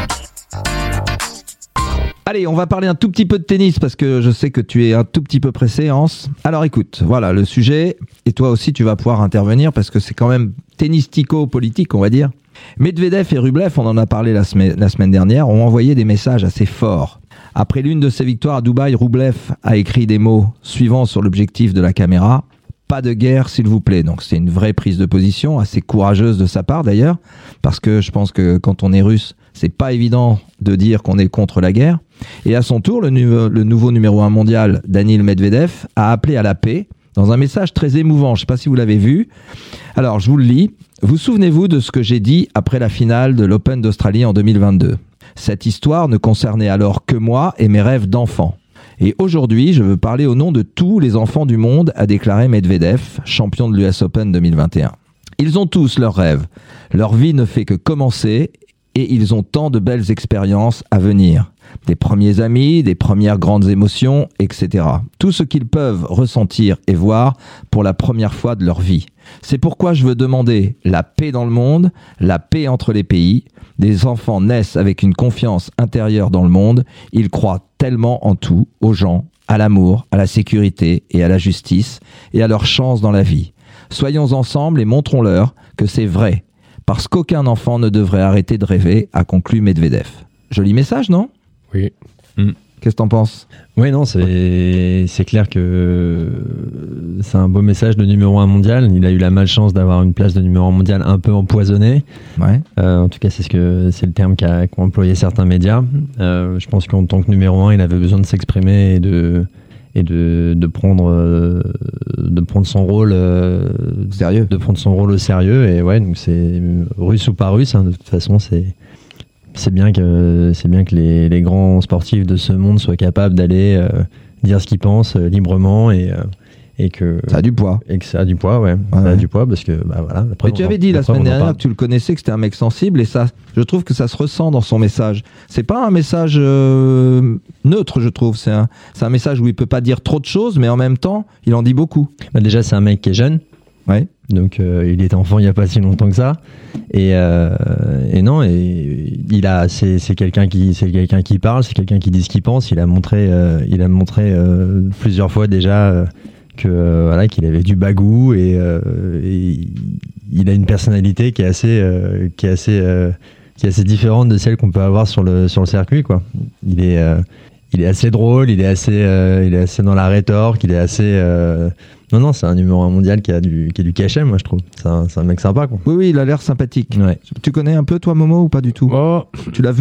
Allez, on va parler un tout petit peu de tennis parce que je sais que tu es un tout petit peu pressé, Hans. Alors écoute, voilà le sujet. Et toi aussi, tu vas pouvoir intervenir parce que c'est quand même tennistico-politique, on va dire. Medvedev et Rublev, on en a parlé la semaine, la semaine dernière, ont envoyé des messages assez forts. Après l'une de ses victoires à Dubaï, Rublev a écrit des mots suivants sur l'objectif de la caméra. Pas de guerre, s'il vous plaît. Donc c'est une vraie prise de position, assez courageuse de sa part d'ailleurs, parce que je pense que quand on est russe, c'est pas évident de dire qu'on est contre la guerre. Et à son tour, le, nu- le nouveau numéro un mondial, Daniil Medvedev, a appelé à la paix dans un message très émouvant. Je ne sais pas si vous l'avez vu. Alors, je vous le lis. Vous souvenez-vous de ce que j'ai dit après la finale de l'Open d'Australie en deux mille vingt-deux ? Cette histoire ne concernait alors que moi et mes rêves d'enfant. Et aujourd'hui, je veux parler au nom de tous les enfants du monde, a déclaré Medvedev, champion de l'U S Open deux mille vingt et un. Ils ont tous leurs rêves. Leur vie ne fait que commencer et ils ont tant de belles expériences à venir. Des premiers amis, des premières grandes émotions, et cetera. Tout ce qu'ils peuvent ressentir et voir pour la première fois de leur vie. C'est pourquoi je veux demander la paix dans le monde, la paix entre les pays. Des enfants naissent avec une confiance intérieure dans le monde. Ils croient tellement en tout, aux gens, à l'amour, à la sécurité et à la justice, et à leur chance dans la vie. Soyons ensemble et montrons-leur que c'est vrai. Parce qu'aucun enfant ne devrait arrêter de rêver, a conclu Medvedev. Joli message, non ? Oui. Mm. Qu'est-ce que t'en penses ? Oui, non, c'est c'est clair que c'est un beau message de numéro un mondial. Il a eu la malchance d'avoir une place de numéro un mondial un peu empoisonnée. Ouais. Euh, en tout cas, c'est ce que c'est le terme qu'a qu'ont employé certains médias. Euh, je pense qu'en tant que numéro un, il avait besoin de s'exprimer et de et de de prendre euh, de prendre son rôle euh, Sérieux. de prendre son rôle au sérieux. Et ouais, donc c'est russe ou pas russe, hein, de toute façon, c'est C'est bien que, c'est bien que les, les grands sportifs de ce monde soient capables d'aller euh, dire ce qu'ils pensent euh, librement et, euh, et que Ça a du poids. et que ça a du poids, ouais. Ouais, ça ouais. a du poids parce que bah voilà. Mais tu avais dit la semaine dernière que tu le connaissais, que c'était un mec sensible, et ça, je trouve que ça se ressent dans son message. C'est pas un message euh, neutre, je trouve. C'est un, c'est un message où il peut pas dire trop de choses, mais en même temps, il en dit beaucoup. Bah déjà, c'est un mec qui est jeune. Ouais. Donc euh, il était enfant il n'y a pas si longtemps que ça et, euh, et non et il a c'est, c'est quelqu'un qui c'est quelqu'un qui parle, c'est quelqu'un qui dit ce qu'il pense. Il a montré euh, il a montré euh, plusieurs fois déjà euh, que euh, voilà qu'il avait du bagou et, euh, et il a une personnalité qui est assez euh, qui est assez euh, qui est assez différente de celle qu'on peut avoir sur le sur le circuit, quoi. Il est euh, il est assez drôle, il est assez euh, il est assez dans la rétorque, il est assez euh, non, non, c'est un numéro un mondial qui a du, qui a du cachet, moi, je trouve. C'est un, c'est un mec sympa, quoi. Oui, oui, il a l'air sympathique. Ouais. Tu connais un peu, toi, Momo, ou pas du tout ? Oh, Tu l'as vu un peu ?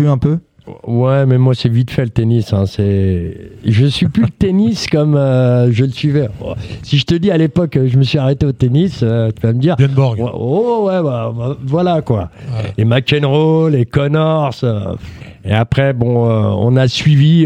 Ouais, mais moi, c'est vite fait le tennis. Hein. C'est... Je suis plus le tennis comme euh, je le suivais. Oh, si je te dis à l'époque, je me suis arrêté au tennis, euh, tu vas me dire. Björn Borg. Ouais, oh, ouais, bah, bah, voilà quoi. Ouais. Les McEnroe, les Connors. Euh, et après, bon, euh, on a suivi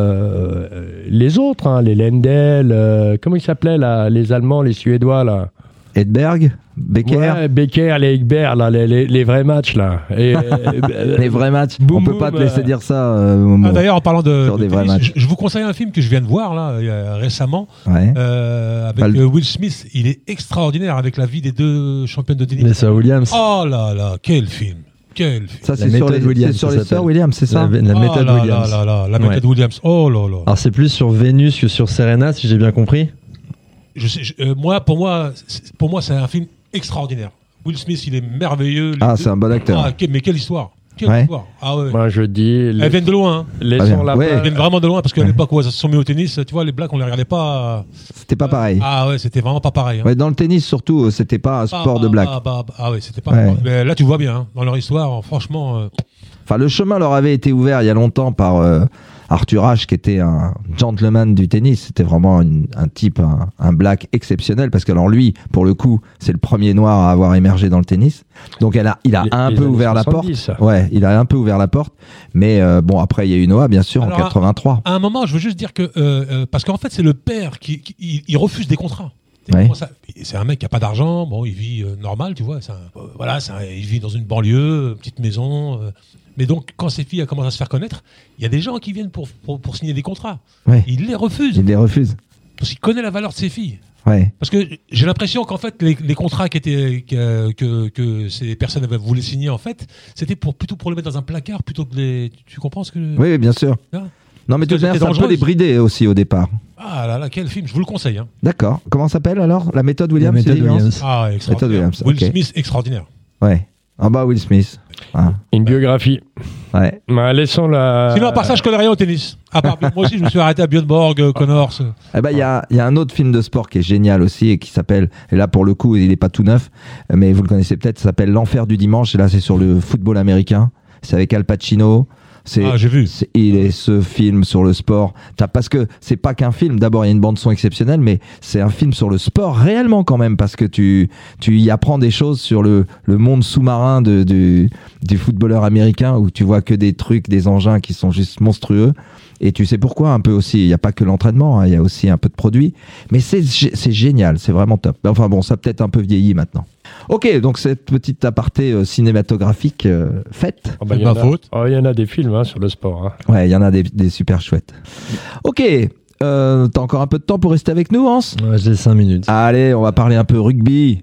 euh, les autres, hein, les Lendl. Euh, comment ils s'appelaient, là, les Allemands, les Suédois, là. Edberg, Becker, Ouais, Becker, les Egbert, là, les, les, les vrais matchs, là. Et, euh, les vrais matchs. Boum, On peut boum, pas te laisser euh. dire ça. Euh, Momo. Ah, d'ailleurs, en parlant de, Sur de des vrais tennis, matchs. je, je vous conseille un film que je viens de voir là il y a- récemment Ouais. euh, avec Pas le- euh, Will Smith. Il est extraordinaire avec la vie des deux championnes de tennis. Les sœurs Williams. Oh là là, quel film, quel film. Ça, La c'est sur méthode les, Williams, c'est sur ça les s'appelle. sœurs Williams, c'est ça La, la Oh méthode là Williams. là là là, la méthode Ouais. Williams. Oh là là. Alors c'est plus sur Vénus que sur Serena, si j'ai bien compris. Je sais, je- euh, moi, pour moi, c'est- pour moi, c'est un film extraordinaire. Will Smith, il est merveilleux. Les Ah, deux- c'est un bon acteur. Ah, que- mais quelle histoire. Quelle Ouais. histoire. Ah ouais. moi, je dis. Elles Les, viennent de loin. Hein. laissons bien. la Ouais. Elles place. viennent vraiment de loin parce qu'à l'époque où elles se sont mis au tennis, tu vois, les blacks, on les regardait pas. C'était pas pareil. Ah ouais, c'était vraiment pas pareil. Hein. Ouais, dans le tennis, surtout, euh, c'était pas un Ah, sport de bah, black. bah, bah, bah, ah ouais, c'était pas. Ouais. Mais là, tu vois bien, hein, dans leur histoire, franchement. euh, Enfin, le chemin leur avait été ouvert il y a longtemps par euh, Arthur Ashe, qui était un gentleman du tennis. C'était vraiment une- un type, un, un black exceptionnel, parce que alors lui, pour le coup, c'est le premier noir à avoir émergé dans le tennis. Donc elle a, il a Les- un les peu années ouvert la soixante-dix, porte. ça. Ouais, il a un peu ouvert la porte. Mais euh, bon, après, il y a eu Noah, bien sûr, Alors, en quatre-vingt-trois. À un moment, je veux juste dire que. euh, euh, parce qu'en fait, c'est le père qui, qui- il, il refuse des contrats. Tu sais, Ouais. comment ça- C'est un mec qui a pas d'argent, bon, il vit euh, normal, tu vois. c'est un- euh, voilà, c'est un- il vit dans une banlieue, petite maison. euh, mais donc, quand ses filles commencent à se faire connaître, il y a des gens qui viennent pour, pour, pour signer des contrats. Ouais. Il les refuse Il les refuse. parce qu'il connaît la valeur de ses filles. Ouais. Parce que j'ai l'impression qu'en fait, les, les contrats qui étaient, que, que, que ces personnes avaient voulu signer, en fait, c'était pour, plutôt pour les mettre dans un placard plutôt que les. Tu, tu comprends ce que. Oui, oui, bien sûr. Ah. Non, mais de toute Parce que manière, c'était ça peut dangereux. les brider aussi au départ. Ah là là, quel film, je vous le conseille. Hein. D'accord. Comment s'appelle alors La méthode Williams La méthode c'est dit, Laurence Williams. Ah, ouais, extraordinaire. Williams, Will ok. Smith, extraordinaire. Ouais. En bas, Will Smith. Ah, Une biographie. ouais. Bah, laissons la. Sinon, à part ça, je connais rien au tennis. À part, moi aussi, je me suis arrêté à Björn Borg, euh, Connors. euh. Eh ben, il y a, il y a un autre film de sport qui est génial aussi et qui s'appelle, et là pour le coup, il n'est pas tout neuf, mais vous le connaissez peut-être, ça s'appelle L'Enfer du dimanche. Et là, c'est sur le football américain. C'est avec Al Pacino. C'est, Ah, j'ai vu. c'est- il est ce film sur le sport. T'as- Parce que c'est pas qu'un film. D'abord, il y a une bande son exceptionnelle, mais c'est un film sur le sport réellement quand même, parce que tu, tu y apprends des choses sur le, le monde sous-marin de, du, du footballeur américain, où tu vois que des trucs, des engins qui sont juste monstrueux. Et tu sais pourquoi un peu aussi. Il n'y a pas que l'entraînement, hein, il y a aussi un peu de produits. Mais c'est, gé- c'est génial, c'est vraiment top. Enfin bon, ça a peut-être un peu vieilli maintenant. Ok, donc cette petite aparté euh, cinématographique euh, faite. Oh, bah, C'est il y en ma a- faute. Oh, il y en a des films hein, sur le sport. Hein. Ouais, il y en a des, des super chouettes. Ok, euh, t'as encore un peu de temps pour rester avec nous, Hans? Ouais, j'ai cinq minutes. Allez, on va parler un peu rugby.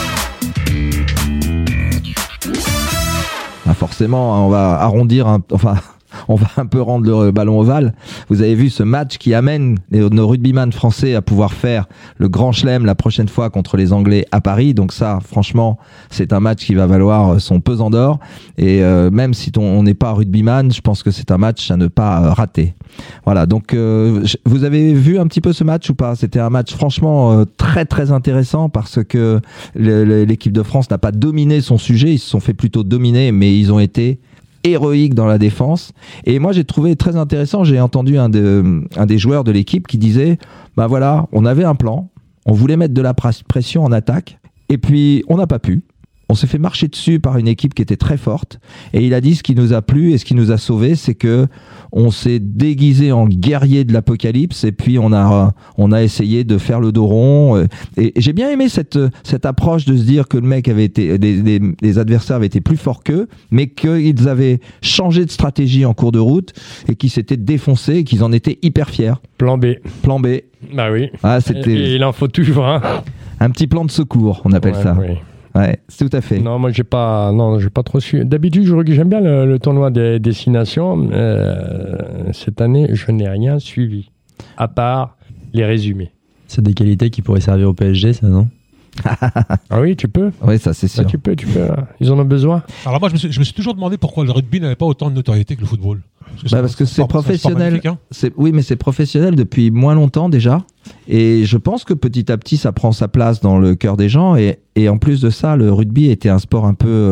Ah, forcément, hein, on va arrondir, un, enfin, on va un peu rendre le ballon ovale. Vous avez vu ce match qui amène les- nos rugbyman français à pouvoir faire le grand chelem la prochaine fois contre les Anglais à Paris. Donc ça, franchement, c'est un match qui va valoir son pesant d'or. Et euh, même si ton- on n'est pas rugbyman, je pense que c'est un match à ne pas euh, rater. Voilà, donc euh, je- vous avez vu un petit peu ce match ou pas? C'était un match franchement euh, très très intéressant parce que le- le- l'équipe de France n'a pas dominé son sujet, ils se sont fait plutôt dominer, mais ils ont été héroïques dans la défense. Et moi j'ai trouvé très intéressant, j'ai entendu un, de, un des joueurs de l'équipe qui disait, bah voilà, on avait un plan, on voulait mettre de la pres- pression en attaque, et puis on n'a pas pu. On s'est fait marcher dessus par une équipe qui était très forte. Et il a dit ce qui nous a plu et ce qui nous a sauvés, c'est que on s'est déguisé en guerrier de l'apocalypse et puis on a, on a essayé de faire le dos rond. Et j'ai bien aimé cette, cette approche de se dire que le mec avait été, les, les, les adversaires avaient été plus forts qu'eux, mais qu'ils avaient changé de stratégie en cours de route et qu'ils s'étaient défoncés et qu'ils en étaient hyper fiers. Plan B. Plan B. Bah oui. Ah, Et, et c'était il en faut toujours un. un petit plan de secours, on appelle Ouais, ça. oui. Ouais, c'est tout à fait. Non, moi j'ai pas, non, j'ai pas trop su. D'habitude, je- j'aime bien le, le tournoi des destinations. Euh, cette année, je n'ai rien suivi, à part les résumés. C'est des qualités qui pourraient servir au P S G, ça, non? Ah oui, tu peux. Oui, ça c'est sûr. Ah, tu peux, tu peux. Ils en ont besoin. Alors moi, je me, suis, je me suis toujours demandé pourquoi le rugby n'avait pas autant de notoriété que le football. Parce que Bah, parce que c'est un sport- un sport professionnel. magnifique, hein. C'est, oui, mais c'est professionnel depuis moins longtemps déjà. Et je pense que petit à petit, ça prend sa place dans le cœur des gens. Et, et en plus de ça, le rugby était un sport un peu euh,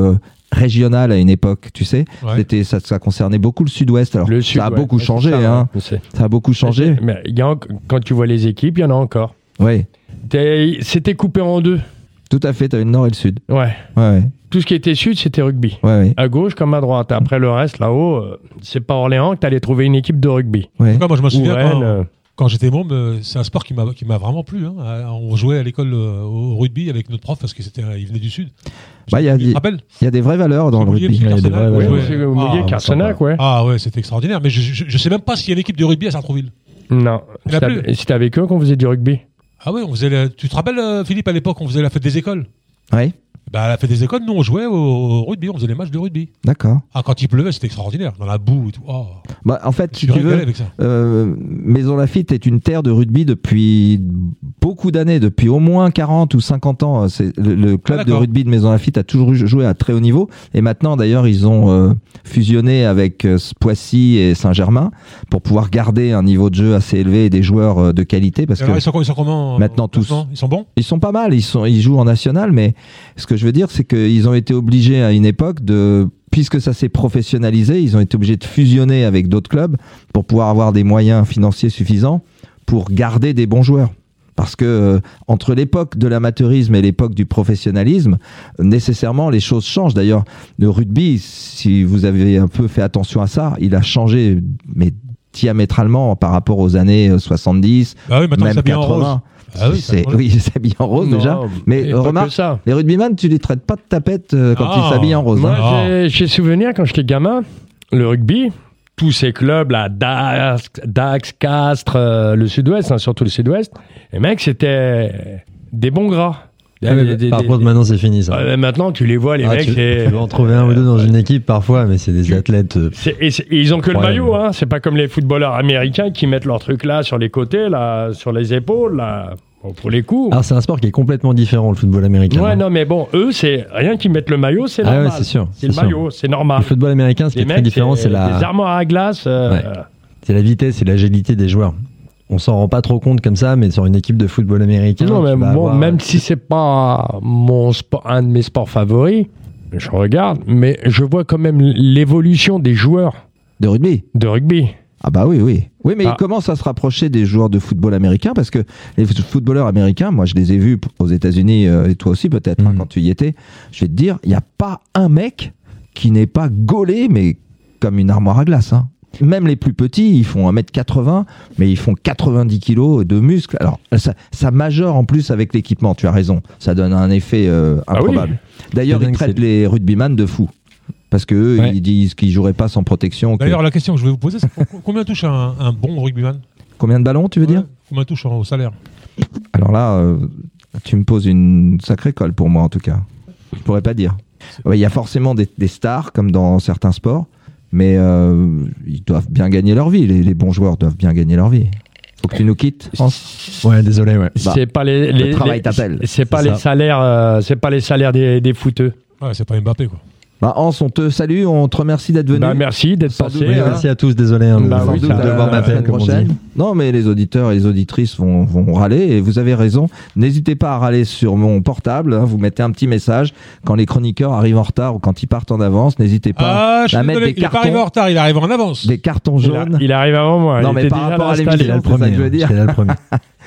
régionales à une époque, tu sais. Ouais. C'était, ça, ça concernait beaucoup le sud-ouest. Alors, Le ça sud, a ouais. beaucoup C'est changé, ça, hein. ouais, je sais. Ça a beaucoup changé. Mais il y a en- quand tu vois les équipes, il y en a encore. Oui, T'es- C'était coupé en deux. tout à fait. Tu as le nord et le sud. Ouais. Ouais, ouais. Tout ce qui était sud, c'était rugby. ouais, ouais. À gauche comme à droite. Après le reste, là-haut, euh, c'est pas Orléans que t'allais trouver une équipe de rugby. En ouais. tout cas, moi, je me Ou souviens Rennes, quand, euh, quand j'étais môme, euh, c'est un sport qui m'a qui m'a vraiment plu. Hein. Euh, On jouait à l'école euh, au rugby avec notre prof parce qu'il venait du sud. Bah, il y a Tu des- te rappelles Il y a des vraies valeurs dans le Moulier, rugby. il y a des Carsenac, vraies ouais, valeurs. ouais. c'est Moulier, Ah, Carsenac, ouais. Ah ouais, c'était extraordinaire. Mais je, je, je sais même pas s'il y a une équipe de rugby à Sartrouville. Non. Il y en a C'était plus. avec- c'était avec eux qu'on faisait du rugby. Ah ouais, on faisait. la- Tu te rappelles, euh, Philippe, à l'époque, on faisait la fête des écoles. Oui, Bah, à la fête des écoles, nous, on jouait au, au rugby, on faisait les matchs de rugby. d'accord. Ah, quand il pleuvait, c'était extraordinaire, dans la boue et tout. Oh, Bah, en fait, je si suis tu veux, régalé avec ça. Euh, Maison Lafitte est une terre de rugby depuis beaucoup d'années, depuis au moins quarante ou cinquante ans. C'est le, le club Ah, de d'accord. rugby de Maison Lafitte a toujours joué à très haut niveau. Et maintenant, d'ailleurs, ils ont euh, fusionné avec euh, Poissy et Saint-Germain pour pouvoir garder un niveau de jeu assez élevé et des joueurs euh, de qualité. Parce Et alors, que ils, sont, ils sont comment euh, maintenant, tous. maintenant Ils sont bons ils sont pas mal, ils, sont, ils jouent en national, mais ce que je veux dire, c'est qu'ils ont été obligés à une époque de, puisque ça s'est professionnalisé, ils ont été obligés de fusionner avec d'autres clubs pour pouvoir avoir des moyens financiers suffisants pour garder des bons joueurs. Parce que euh, entre l'époque de l'amateurisme et l'époque du professionnalisme, euh, nécessairement les choses changent. D'ailleurs, le rugby, si vous avez un peu fait attention à ça, il a changé, mais diamétralement par rapport aux années euh, soixante-dix, Bah oui, maintenant, ils même s'habillent en rose. quatre-vingts. Ah oui, ça C'est- change. oui, ils s'habillent en rose Non, déjà. Mais et pas remarque, que ça. les rugbyman, tu les traites pas de tapette euh, quand Ah. ils s'habillent en rose. Moi, hein. Ah. j'ai- j'ai souvenir quand j'étais gamin, le rugby, tous ces clubs, là, Dax, Dax Castres, euh, le sud-ouest, hein, surtout le sud-ouest, les mecs, c'était des bons gras. Ah, mais Des- des- par des- contre, maintenant, c'est fini, ça. Ouais, maintenant, tu les vois, les Ah, mecs, tu, c'est. tu vas en trouver un ou deux dans une équipe parfois, mais c'est des athlètes. euh, C'est- Et, c'est- et ils ont que le Incroyable. maillot, hein. C'est pas comme les footballeurs américains qui mettent leur truc là sur les côtés, là, sur les épaules, là, bon, pour les coups. Alors, c'est un sport qui est complètement différent, le football américain. ouais, hein. non, mais bon, eux, c'est rien qu'ils mettent le maillot, c'est Ah ouais, normal. c'est sûr, C'est le c'est sûr. maillot, c'est normal. Le football américain, ce qui Les est très mecs, différent, c'est des la, armoires à glace. euh, Ouais. c'est la vitesse et l'agilité des joueurs. On s'en rend pas trop compte comme ça, mais sur une équipe de football américain, Non, mais tu vas bon, avoir- même si c'est pas mon sport, un de mes sports favoris, je regarde, mais je vois quand même l'évolution des joueurs De rugby. de rugby. Ah bah oui, oui. Oui, mais Ah. ils commencent à se rapprocher des joueurs de football américain parce que les footballeurs américains, moi je les ai vus aux États-Unis euh, et toi aussi peut-être hein, Mhm. quand tu y étais. Je vais te dire, il n'y a pas un mec qui n'est pas gaulé, mais comme une armoire à glace. Hein. Même les plus petits, ils font un mètre quatre-vingts, mais ils font quatre-vingt-dix kilos de muscles. Alors, ça, ça majeure en plus avec l'équipement, tu as raison. Ça donne un effet euh, Ah oui. improbable. D'ailleurs, C'est ils dingue, traitent c'est- les rugbyman de fous. Parce qu'eux, Ouais. ils disent qu'ils joueraient pas sans protection. que- D'ailleurs, la question que je vais vous poser, c'est co- combien touche un, un bon rugbyman Combien de ballons, tu veux dire Ouais, combien touche au salaire Alors là, euh, tu me poses une sacrée colle pour moi en tout cas. Je pourrais pas dire. Ouais, il y a forcément des, des stars comme dans certains sports, mais euh, ils doivent bien gagner leur vie. Les, les bons joueurs doivent bien gagner leur vie. Faut que tu nous quittes, France. Ouais, désolé, ouais. Bah, c'est pas les, les, le travail les- t'appelle. C'est pas C'est les ça. salaires, euh, c'est pas les salaires des, des footeux. Ouais, c'est pas Mbappé, quoi. Bah, Hans, on te salue, on te remercie d'être venu. Bah, merci d'être Sans passé. doute, Oui, hein. merci à tous, désolé hein, de, Bah Sans oui, doute ça- de devoir la m'appeler, semaine comme on prochaine. dit. Non, mais les auditeurs et les auditrices vont, vont râler et vous avez raison. N'hésitez pas à râler sur mon portable. Hein, vous mettez un petit message quand les chroniqueurs arrivent en retard ou quand ils partent en avance. N'hésitez pas Ah, je suis à mettre désolé, des il est pas arrivé en cartons, retard, il arrive en avance. des cartons Il, a- jaunes. il arrive avant moi. Non, il mais était par déjà rapport à installé. J'étais là le c'est ça que premier. je veux hein, dire. J'étais là le premier.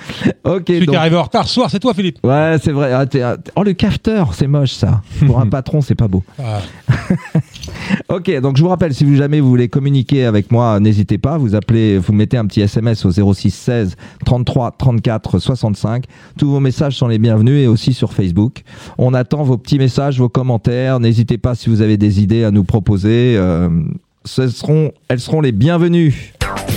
Ok, Celui donc- qui est arrivé en retard ce soir, c'est toi, Philippe. Ouais, c'est vrai. Ah, t'es un- Oh, le cafeteur, c'est moche ça. Pour un patron, c'est pas beau. Ah, Ok, donc je vous rappelle, si vous jamais vous voulez communiquer avec moi, n'hésitez pas. Vous appelez, vous mettez un petit S M S au zéro six seize trente-trois trente-quatre soixante-cinq. Tous vos messages sont les bienvenus et aussi sur Facebook. On attend vos petits messages, vos commentaires. N'hésitez pas si vous avez des idées à nous proposer. Euh, ce seront, elles seront les bienvenues.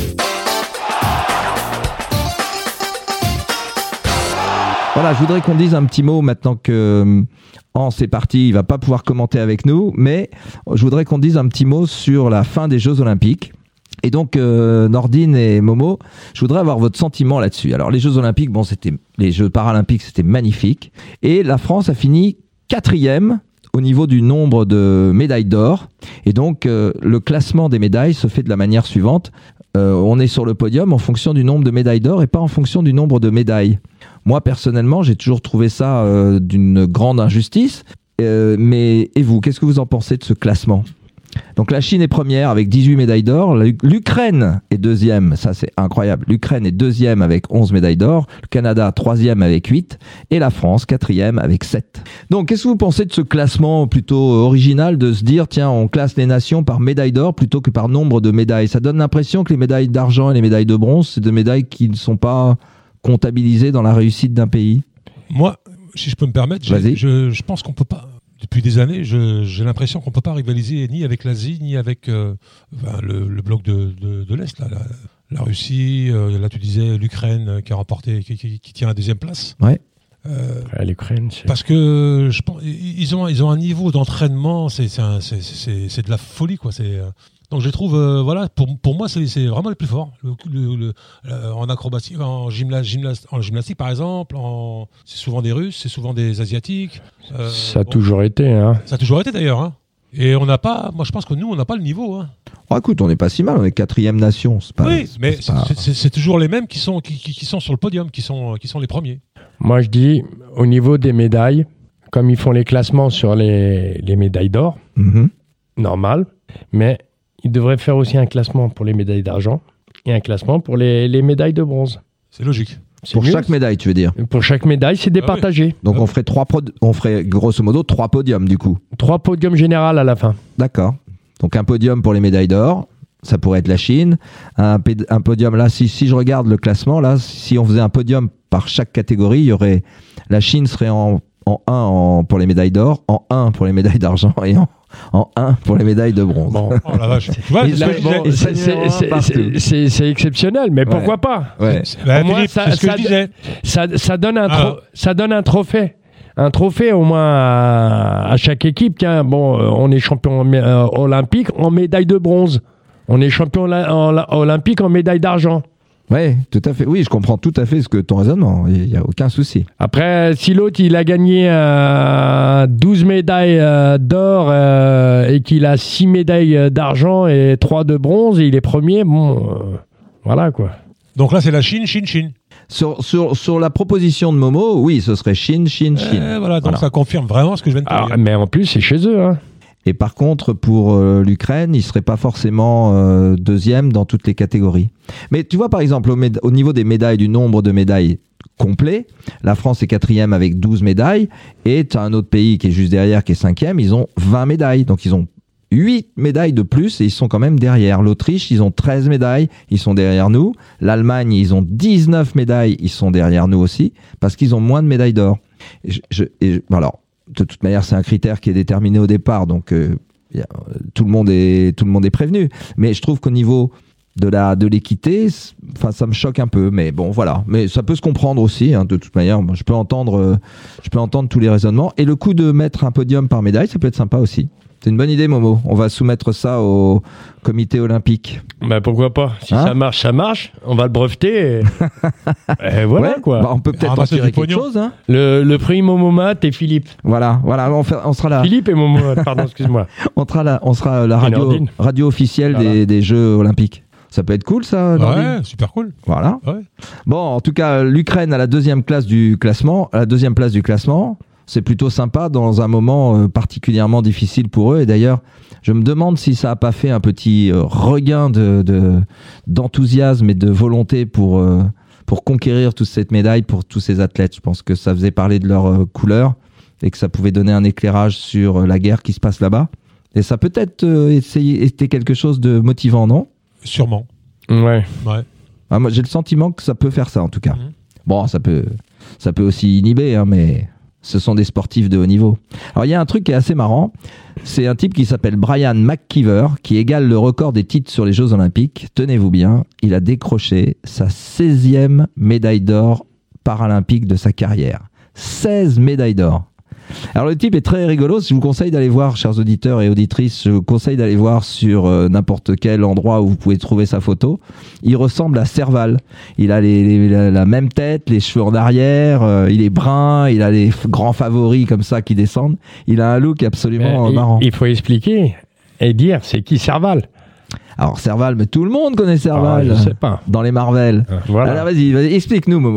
Voilà, je voudrais qu'on dise un petit mot maintenant que euh, Hans est parti, il va pas pouvoir commenter avec nous, mais je voudrais qu'on dise un petit mot sur la fin des Jeux Olympiques. Et donc, euh, Nordine et Momo, je voudrais avoir votre sentiment là-dessus. Alors, les Jeux Olympiques, bon, c'était les Jeux Paralympiques, c'était magnifique. Et la France a fini quatrième au niveau du nombre de médailles d'or. Et donc, euh, le classement des médailles se fait de la manière suivante. Euh, on est sur le podium en fonction du nombre de médailles d'or et pas en fonction du nombre de médailles. Moi, personnellement, j'ai toujours trouvé ça euh, d'une grande injustice. Euh, mais et vous, qu'est-ce que vous en pensez de ce classement ? Donc la Chine est première avec dix-huit médailles d'or, l'Ukraine est deuxième, ça c'est incroyable, l'Ukraine est deuxième avec onze médailles d'or, le Canada troisième avec huit et la France quatrième avec sept. Donc qu'est-ce que vous pensez de ce classement plutôt original de se dire tiens on classe les nations par médailles d'or plutôt que par nombre de médailles ? Ça donne l'impression que les médailles d'argent et les médailles de bronze c'est des médailles qui ne sont pas comptabilisées dans la réussite d'un pays. Moi, si je peux me permettre, je, je pense qu'on peut pas... Depuis des années, je, j'ai l'impression qu'on ne peut pas rivaliser ni avec l'Asie, ni avec euh, enfin, le, le bloc de, de, de l'Est. Là, la, la Russie, euh, là tu disais l'Ukraine qui a remporté, qui, qui, qui tient la deuxième place. Ouais. Euh, ouais, l'Ukraine, c'est... Parce que je pense, ils ont, ils ont un niveau d'entraînement, c'est, c'est, un, c'est, c'est, c'est de la folie, quoi. C'est, donc je trouve, euh, voilà, pour, pour moi, c'est, c'est vraiment les plus forts. Le, le, le, euh, en acrobatie, en, gymna, gymna, en gymnastique, par exemple, en, c'est souvent des Russes, c'est souvent des Asiatiques. Euh, ça a bon, toujours été. Hein. Ça a toujours été, d'ailleurs. Hein. Et on n'a pas, moi je pense que nous, on n'a pas le niveau. Hein. Oh, écoute, on n'est pas si mal, on est quatrième nation. C'est pas, oui, c'est mais c'est, pas... c'est, c'est, c'est toujours les mêmes qui sont, qui, qui, qui sont sur le podium, qui sont, qui sont les premiers. Moi, je dis, au niveau des médailles, comme ils font les classements sur les, les médailles d'or, mm-hmm. normal, mais ils devraient faire aussi un classement pour les médailles d'argent et un classement pour les, les médailles de bronze. C'est logique. C'est pour mieux. Chaque médaille, tu veux dire ? Pour chaque médaille, c'est départagé. Ah oui. Donc ah on ferait trois pro- on ferait grosso modo trois podiums du coup. Trois podiums généraux à la fin. D'accord. Donc un podium pour les médailles d'or, ça pourrait être la Chine. Un, p- un podium là, si, si je regarde le classement là, si on faisait un podium par chaque catégorie, il y aurait la Chine serait en en un en, pour les médailles d'or, en un pour les médailles d'argent et en en un pour les médailles de bronze. Bon. Oh la vache. Tu vois, c'est, là, bon, c'est, c'est, c'est, c'est, c'est, c'est exceptionnel, mais ouais. Pourquoi pas ouais. Bah, Au moins, Philippe, ça, c'est ce que ça, je disais. Ça, ça, donne un ah. tro- ça donne un trophée. Un trophée au moins à, à chaque équipe. Tiens, bon, on est champion euh, olympique en médaille de bronze. On est champion la- en, en, olympique en médaille d'argent. Oui, tout à fait. Oui, je comprends tout à fait ce que ton raisonnement. Il n'y a aucun souci. Après, si l'autre il a gagné euh, douze médailles euh, d'or euh, et qu'il a six médailles d'argent et trois de bronze, et il est premier, bon, euh, voilà quoi. Donc là, c'est la Chine, Chine, Chine. Sur, sur, sur la proposition de Momo, oui, ce serait Chine, Chine, Chine. Euh, voilà, donc voilà. ça confirme vraiment ce que je viens de te Alors, dire. mais en plus, c'est chez eux. Hein. Et par contre, pour euh, l'Ukraine, il ne serait pas forcément euh, deuxième dans toutes les catégories. Mais tu vois, par exemple, au, méda- au niveau des médailles, du nombre de médailles complet, la France est quatrième avec douze médailles, et tu as un autre pays qui est juste derrière, qui est cinquième, ils ont vingt médailles. Donc ils ont huit médailles de plus et ils sont quand même derrière. L'Autriche, ils ont treize médailles, ils sont derrière nous. L'Allemagne, ils ont dix-neuf médailles, ils sont derrière nous aussi, parce qu'ils ont moins de médailles d'or. Et je, je, et je, alors, de toute manière, c'est un critère qui est déterminé au départ, donc euh, y a, tout le monde est tout le monde est prévenu. Mais je trouve qu'au niveau de la de l'équité, enfin ça me choque un peu. Mais bon, voilà. Mais ça peut se comprendre aussi. Hein, de toute manière, moi, je peux entendre euh, je peux entendre tous les raisonnements. Et le coup de mettre un podium par médaille, ça peut être sympa aussi. C'est une bonne idée, Momo. On va soumettre ça au comité olympique. Bah pourquoi pas. Si hein ça marche, ça marche. On va le breveter. Et, et voilà ouais, quoi. Bah, on peut peut-être en tirer quelque chose. Hein. Le, le prix Momomat et Philippe. Voilà, voilà. On, fait, on sera là. Philippe et Momomat, pardon, excuse-moi. on sera là. On sera la radio, radio officielle voilà. des, des Jeux olympiques. Ça peut être cool, ça, Nordine. Ouais, super cool. Voilà. Ouais. Bon, en tout cas, l'Ukraine à la deuxième classe du classement, à la deuxième place du classement. C'est plutôt sympa dans un moment euh, particulièrement difficile pour eux. Et d'ailleurs, je me demande si ça n'a pas fait un petit euh, regain de, de, d'enthousiasme et de volonté pour, euh, pour conquérir toute cette médaille pour tous ces athlètes. Je pense que ça faisait parler de leur euh, couleur et que ça pouvait donner un éclairage sur euh, la guerre qui se passe là-bas. Et ça peut être euh, essayer, été quelque chose de motivant, non ? Sûrement. Ouais. ouais. Ah, moi, j'ai le sentiment que ça peut faire ça, en tout cas. Mmh. Bon, ça peut, ça peut aussi inhiber, hein, mais... Ce sont des sportifs de haut niveau. Alors, il y a un truc qui est assez marrant. C'est un type qui s'appelle Brian McKeever, qui égale le record des titres sur les Jeux Olympiques. Tenez-vous bien, il a décroché sa seizième médaille d'or paralympique de sa carrière. seize médailles d'or. Alors, le type est très rigolo. Je vous conseille d'aller voir, chers auditeurs et auditrices, je vous conseille d'aller voir sur euh, n'importe quel endroit où vous pouvez trouver sa photo. Il ressemble à Serval. Il a les, les, la, la même tête, les cheveux en arrière, euh, il est brun, il a les f- grands favoris comme ça qui descendent. Il a un look absolument mais marrant. Il, il faut expliquer et dire c'est qui Serval. Alors, Serval, mais tout le monde connaît Serval. Ah, je sais pas. Dans les Marvel. Ah, voilà. Alors, vas-y, vas-y, explique-nous, Momo.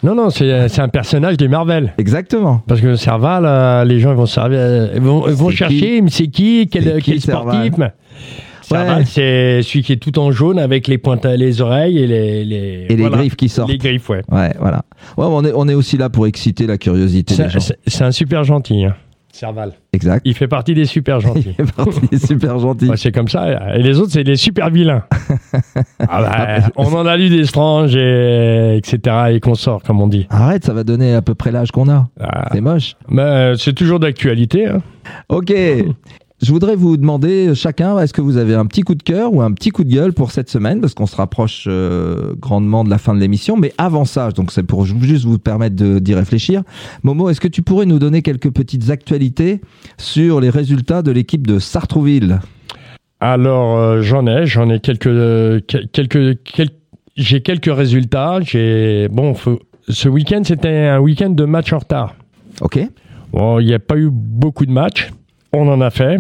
Non, non, c'est, c'est un personnage des Marvel. Exactement. Parce que Serval, euh, les gens ils vont, servir, ils vont, ils vont C'est chercher, qui mais c'est qui, quel, C'est qui, quel sportif Serval Serval, Ouais. c'est celui qui est tout en jaune avec les pointes, les oreilles et les, les, Et les voilà, griffes qui sortent. Les griffes, ouais. Ouais, voilà. Ouais, on est, on est aussi là pour exciter la curiosité des C'est, gens. c'est, c'est un super gentil, hein, Serval. Exact. Il fait partie des super Il gentils. est parti, il est super gentil. Ouais, c'est comme ça. Et les autres, c'est des super vilains. Ah bah, on en a lu des Strange, et, etc. et consorts, comme on dit. Arrête, ça va donner à peu près l'âge qu'on a. Ah, C'est moche. mais c'est toujours d'actualité. Hein. Ok. Je voudrais vous demander chacun, est-ce que vous avez un petit coup de cœur ou un petit coup de gueule pour cette semaine, parce qu'on se rapproche euh, grandement de la fin de l'émission. Mais avant ça, donc c'est pour juste vous permettre de, d'y réfléchir. Momo, est-ce que tu pourrais nous donner quelques petites actualités sur les résultats de l'équipe de Sartrouville ? Alors, euh, j'en ai, j'en ai quelques, euh, quel- quelques, quel- j'ai quelques résultats. J'ai, bon, faut- ce week-end, c'était un week-end de matchs en retard. Ok. Bon, il n'y a pas eu beaucoup de matchs. On en a fait.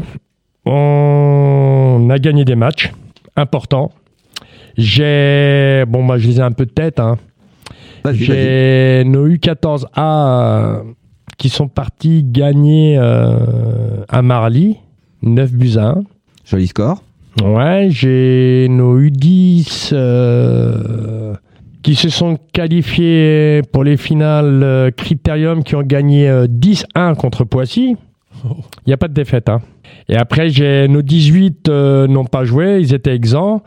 On a gagné des matchs importants. J'ai, bon, bah, je les ai un peu de tête. Hein. Vas-y, vas-y. J'ai nos U quatorze A euh, qui sont partis gagner euh, à Marly, neuf buts à un. Joli score. Ouais, j'ai nos U dix euh, qui se sont qualifiés pour les finales euh, Critérium qui ont gagné euh, dix à un contre Poissy. Il n'y a pas de défaite. Hein. Et après, j'ai nos dix-huit euh, n'ont pas joué, ils étaient exempts.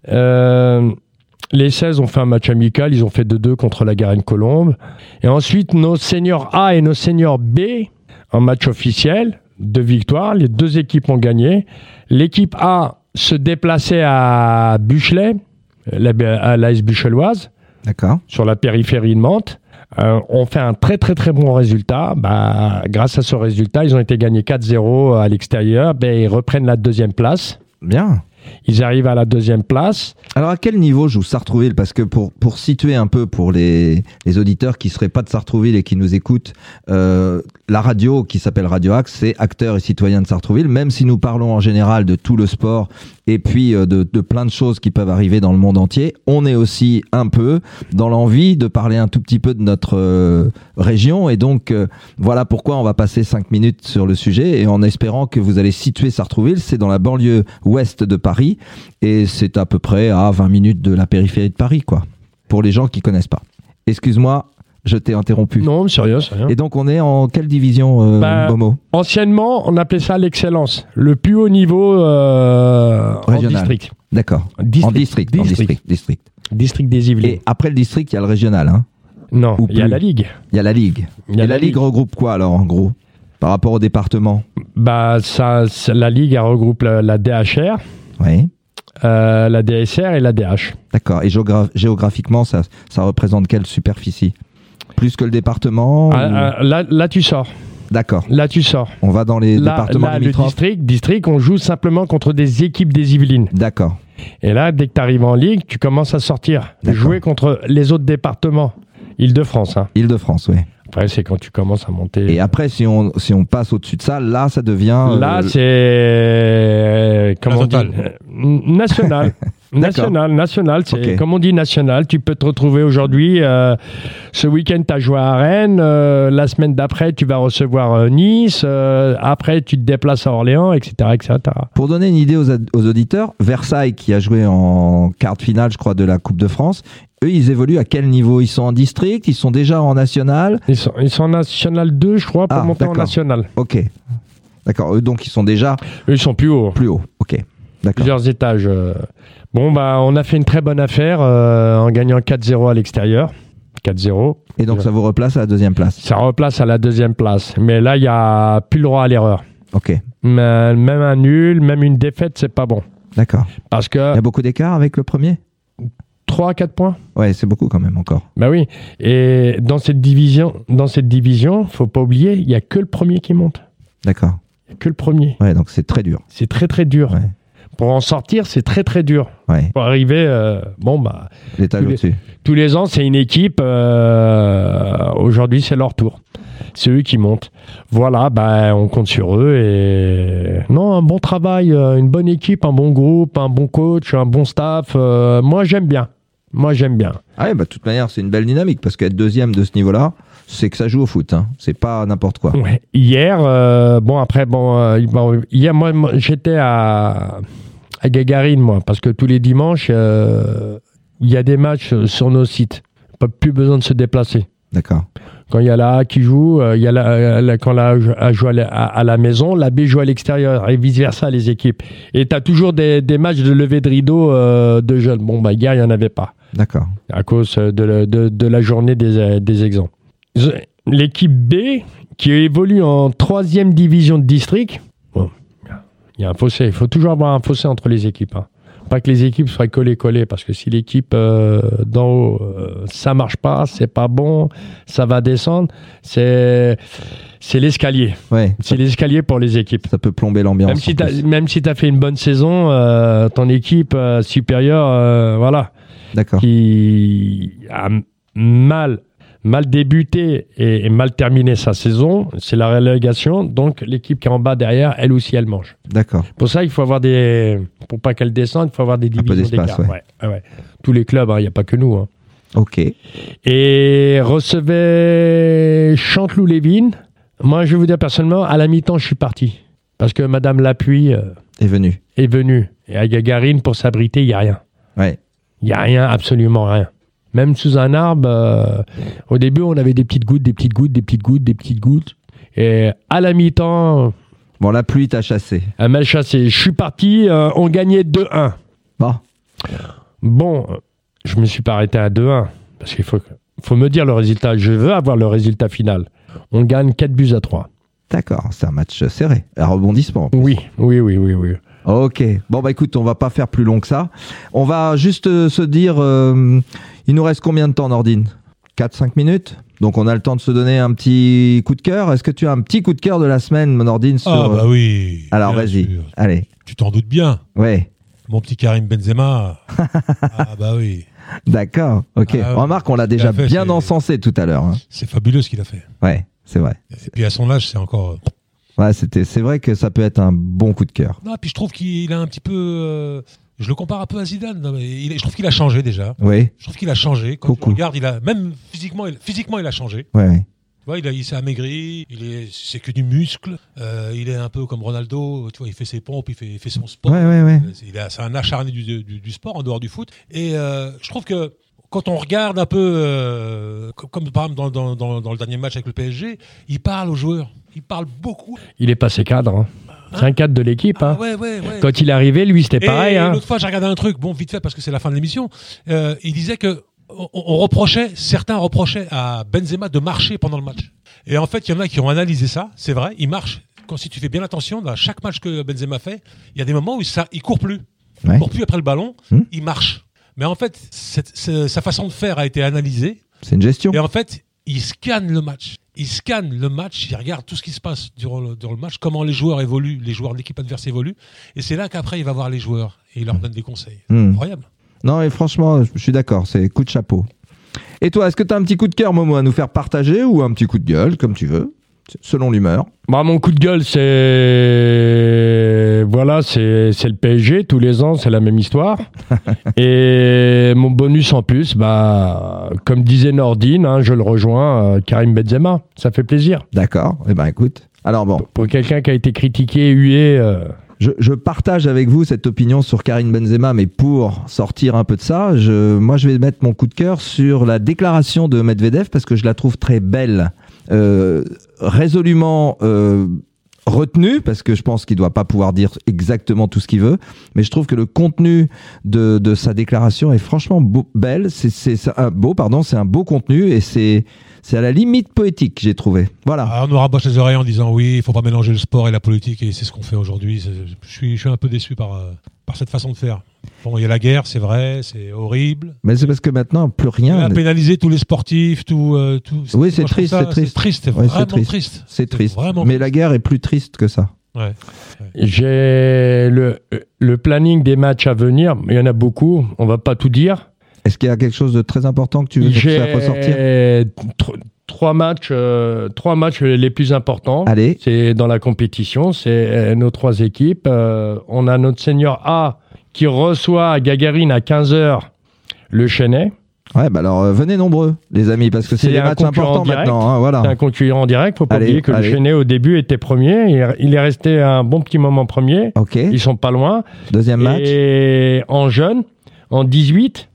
Euh, les seize ont fait un match amical, ils ont fait deux deux contre la Garenne-Colombe. Et ensuite, nos seniors A et nos seniors B en match officiel, deux victoires, les deux équipes ont gagné. L'équipe A se déplaçait à Buchelet, la- à l'A S Bucheloise, D'accord. sur la périphérie de Mantes. Euh, on fait un très très très bon résultat. Bah, grâce à ce résultat, ils ont été gagnés quatre zéro à l'extérieur. Ben, ils reprennent la deuxième place. Bien. Ils arrivent à la deuxième place. Alors à quel niveau joue Sartrouville ? Parce que pour, pour situer un peu pour les, les auditeurs qui ne seraient pas de Sartrouville et qui nous écoutent, euh, la radio qui s'appelle Radio Axe, c'est acteurs et citoyens de Sartrouville, même si nous parlons en général de tout le sport et puis euh, de, de plein de choses qui peuvent arriver dans le monde entier, on est aussi un peu dans l'envie de parler un tout petit peu de notre euh, région et donc euh, voilà pourquoi on va passer cinq minutes sur le sujet et en espérant que vous allez situer Sartrouville, c'est dans la banlieue ouest de Paris et c'est à peu près à vingt minutes de la périphérie de Paris, quoi, pour les gens qui connaissent pas. Excuse-moi, je t'ai interrompu. Non, sérieux, c'est rien. Et donc on est en quelle division, euh, Bah, Momo ? Anciennement, on appelait ça l'excellence. Le plus haut niveau euh, en Régional. district. D'accord. District. En district, en District. district, district. District des Yvelines. Et après le district, il y a le régional, hein. Non, ou il y a plus. la Ligue. Il y a la Ligue. Il y a Et la Ligue regroupe quoi alors en gros par rapport au département ? Bah, ça, ça- la Ligue elle regroupe la, la D H R, Oui. euh, la D S R et la D H. D'accord. Et géogra- géographiquement, ça, ça représente quelle superficie ? Plus que le département ou- Ah, ah, là, là, tu sors. D'accord. Là, tu sors. On va dans les Là, départements là, le limitrophes. district, district, on joue simplement contre des équipes des Yvelines. D'accord. Et là, dès que tu arrives en Ligue, tu commences à sortir. D'accord. Jouer contre les autres départements. Île-de-France. Hein. Île-de-France, oui. Après, c'est quand tu commences à monter. Et après, si on, si on passe au-dessus de ça, là, ça devient. euh, Là, c'est. euh, Comment on dit totale. euh, National. National, national, c'est Ok. comme on dit national. Tu peux te retrouver aujourd'hui. euh, ce week-end, tu as joué à Rennes. euh, la semaine d'après, tu vas recevoir euh, Nice. euh, après, tu te déplaces à Orléans, et cetera, et cetera. Pour donner une idée aux, ad- aux auditeurs, Versailles, qui a joué en quart de finale, je crois, de la Coupe de France, eux, ils évoluent à quel niveau ? Ils sont en district ? Ils sont déjà en national ? Ils sont, ils sont en National deux, je crois, pour Ah, monter en d'accord. National. Ok. D'accord. Eux, donc, ils sont déjà Eux, ils sont plus hauts. plus hauts. Ok. D'accord. Plusieurs étages. euh. Bon, bah, on a fait une très bonne affaire euh, en gagnant quatre zéro à l'extérieur. quatre zéro. Et donc, ça vous replace à la deuxième place. Ça replace à la deuxième place. Mais là, il n'y a plus le droit à l'erreur. Ok. Mais même un nul, même une défaite, c'est pas bon. D'accord. Parce Il que y a beaucoup d'écart avec le premier ? trois à quatre points. Ouais, c'est beaucoup quand même encore. Bah oui. Et dans cette division, dans cette division, faut pas oublier, il y a que le premier qui monte. D'accord. Il y a que le premier. Ouais, donc c'est très dur. C'est très très dur. Ouais. Pour en sortir, c'est très très dur. Ouais. Pour arriver, euh, bon bah, L'étage Tous les- au-dessus. tous les ans, c'est une équipe. euh, aujourd'hui, c'est leur tour. C'est eux qui montent. Voilà, bah, on compte sur eux. Et non, un bon travail, euh, une bonne équipe, un bon groupe, un bon coach, un bon staff. euh, moi, j'aime bien. Moi, j'aime bien. Ah ouais, bah, de toute manière, c'est une belle dynamique parce qu'être deuxième de ce niveau-là, c'est que ça joue au foot. Hein. C'est pas n'importe quoi. Ouais. Hier, euh, bon, après, bon, euh, bon hier, moi, moi, j'étais à, à Gagarine, moi, parce que tous les dimanches, euh, il y a des matchs sur nos sites. Pas plus besoin de se déplacer. D'accord. Quand il y a la A qui joue, euh, il y a la, la, quand la A joue à la, à la maison, la B joue à l'extérieur et vice-versa, les équipes. Et tu as toujours des, des matchs de levée de rideau euh, de jeunes. Bon, bah, hier, il n'y en avait pas. D'accord. À cause de, de, de la journée des, des exemples. L'équipe B, qui évolue en troisième division de district, bon, il y a un fossé. Il faut toujours avoir un fossé entre les équipes. Hein. Pas que les équipes soient collées-collées, parce que si l'équipe euh, d'en haut, euh, ça marche pas, c'est pas bon, ça va descendre, c'est, c'est l'escalier. Ouais. C'est l'escalier pour les équipes. Ça peut plomber l'ambiance. Même si tu as même si tu as fait une bonne saison, euh, ton équipe euh, supérieure, euh, voilà, D'accord. qui a mal mal débuté et, et mal terminé sa saison, c'est la relégation. Donc l'équipe qui est en bas derrière, elle aussi, elle mange. D'accord. Pour ça, il faut avoir des, pour pas qu'elle descende, il faut avoir des divisions d'écart. Ouais. Ouais, ouais, ouais. Tous les clubs, il hein, n'y a pas que nous. Hein. Ok. Et recevait Chanteloup-Lévin. Moi, je vais vous dire personnellement, à la mi-temps, je suis parti parce que Madame Lapuy euh, Est venu. est venue. Et à Gagarine, pour s'abriter, il y a rien. Ouais. Il y a rien, absolument rien. Même sous un arbre, euh, au début, on avait des petites gouttes, des petites gouttes, des petites gouttes, des petites gouttes. Et à la mi-temps, Bon, la pluie t'a chassé. elle m'a chassé. Je suis parti, euh, on gagnait deux un. Bon. Bon, je me suis pas arrêté à deux un. Parce qu'il faut, faut me dire le résultat. Je veux avoir le résultat final. On gagne quatre buts à trois. D'accord. C'est un match serré. Un rebondissement. Oui, oui, oui, oui, oui. Ok. Bon, bah écoute, on va pas faire plus long que ça. On va juste euh, se dire, euh, il nous reste combien de temps, Nordine ? quatre à cinq minutes ? Donc on a le temps de se donner un petit coup de cœur. Est-ce que tu as un petit coup de cœur de la semaine, Nordine sur... Ah bah oui. Alors bien vas-y, sûr. allez. Tu t'en doutes bien. Ouais, Mon petit Karim Benzema. Ah bah oui. d'accord. Ok. Ah, Remarque, on l'a déjà fait, bien c'est- encensé tout à l'heure. Hein. C'est fabuleux ce qu'il a fait. Ouais, c'est vrai. Et puis à son âge, c'est encore. Ouais, c'était, c'est vrai que ça peut être un bon coup de cœur. Non, puis je trouve qu'il a un petit peu. euh, Je le compare un peu à Zidane. Non, mais il est- Je trouve qu'il a changé déjà. Oui, Je trouve qu'il a changé. Quand Beaucoup. tu regardes, il a même physiquement, il... physiquement, il a changé. ouais, ouais. Tu vois, il, a... il s'est amaigri. Il est, c'est que du muscle. Euh, il est un peu comme Ronaldo. Tu vois, il fait ses pompes, il fait, il fait son sport. Ouais, ouais, ouais. Il a... C'est un acharné du, du, du sport en dehors du foot. Et euh, je trouve que quand on regarde un peu, euh, comme, comme par exemple dans, dans, dans, dans le dernier match avec le P S G, il parle aux joueurs. Il parle beaucoup. Il est passé cadre. Hein. C'est un cadre de l'équipe. Ah, Hein. ouais, ouais, ouais. Quand il est arrivé, lui, c'était Et pareil. Hein. l'autre fois, j'ai regardé un truc, bon, vite fait, parce que c'est la fin de l'émission. Euh, il disait que on, on reprochait, certains reprochaient à Benzema de marcher pendant le match. Et en fait, il y en a qui ont analysé ça. C'est vrai, il marche. Quand si tu fais bien attention, dans chaque match que Benzema fait, il y a des moments où ça, il court plus. Ouais. Il court plus après le ballon, Hmm. il marche. Mais en fait, cette- ce- sa façon de faire a été analysée. C'est une gestion. Et en fait, il scanne le match. Il scanne le match, il regarde tout ce qui se passe durant le, durant le match, comment les joueurs évoluent, les joueurs de l'équipe adverse évoluent. Et c'est là qu'après, il va voir les joueurs et il leur donne des conseils. Hmm. Incroyable. Non, et franchement, je suis d'accord, c'est coup de chapeau. Et toi, est-ce que tu as un petit coup de cœur, Momo, à nous faire partager ou un petit coup de gueule, comme tu veux, selon l'humeur ? Bah, mon coup de gueule, c'est voilà, c'est c'est le P S G. Tous les ans, c'est la même histoire. Et mon bonus en plus, bah, comme disait Nordine, hein, je le rejoins, euh, Karim Benzema. Ça fait plaisir. D'accord. Eh ben, écoute. Alors bon, Pour quelqu'un qui a été critiqué, hué. Euh, je, je partage avec vous cette opinion sur Karim Benzema, mais pour sortir un peu de ça, je, moi, je vais mettre mon coup de cœur sur la déclaration de Medvedev parce que je la trouve très belle, euh, résolument euh, retenue, parce que je pense qu'il doit pas pouvoir dire exactement tout ce qu'il veut, mais je trouve que le contenu de, de sa déclaration est franchement beau, belle. C'est, c'est, c'est un beau, pardon, c'est un beau contenu et c'est, c'est à la limite poétique, j'ai trouvé. Voilà. Ah, on nous rabâche les oreilles en disant oui, il ne faut pas mélanger le sport et la politique et c'est ce qu'on fait aujourd'hui. C'est- Je suis, je suis un peu déçu par, euh, par cette façon de faire. Bon, il y a la guerre, c'est vrai, c'est horrible. Mais c'est parce que maintenant, plus Il rien. a pénalisé tous les sportifs, tout. euh, tout Oui, c'est moi, je trouve triste, ça- c'est triste. C'est triste, c'est Ouais, c'est vraiment triste. triste. C'est triste. Vraiment Mais la guerre est plus triste que ça. Ouais. J'ai le, le planning des matchs à venir. Il y en a beaucoup. On va pas tout dire. Est-ce qu'il y a quelque chose de très important que tu veux J'ai faire ressortir ? tr- trois matchs, euh, trois matchs les plus importants. Allez, C'est dans la compétition. C'est euh, nos trois équipes. Euh, on a notre senior A qui reçoit à Gagarine à quinze heures le Chennai. Ouais, bah alors euh, venez nombreux, les amis, parce que c'est, C'est des un matchs concurrent importants direct. maintenant. Hein, voilà. C'est un concurrent direct. Faut pas Allez, oublier que allez. le Chennai au début était premier. Il, il est resté un bon petit moment premier. Ok. Ils sont pas loin. Deuxième match. Et en jeune, en dix-huit,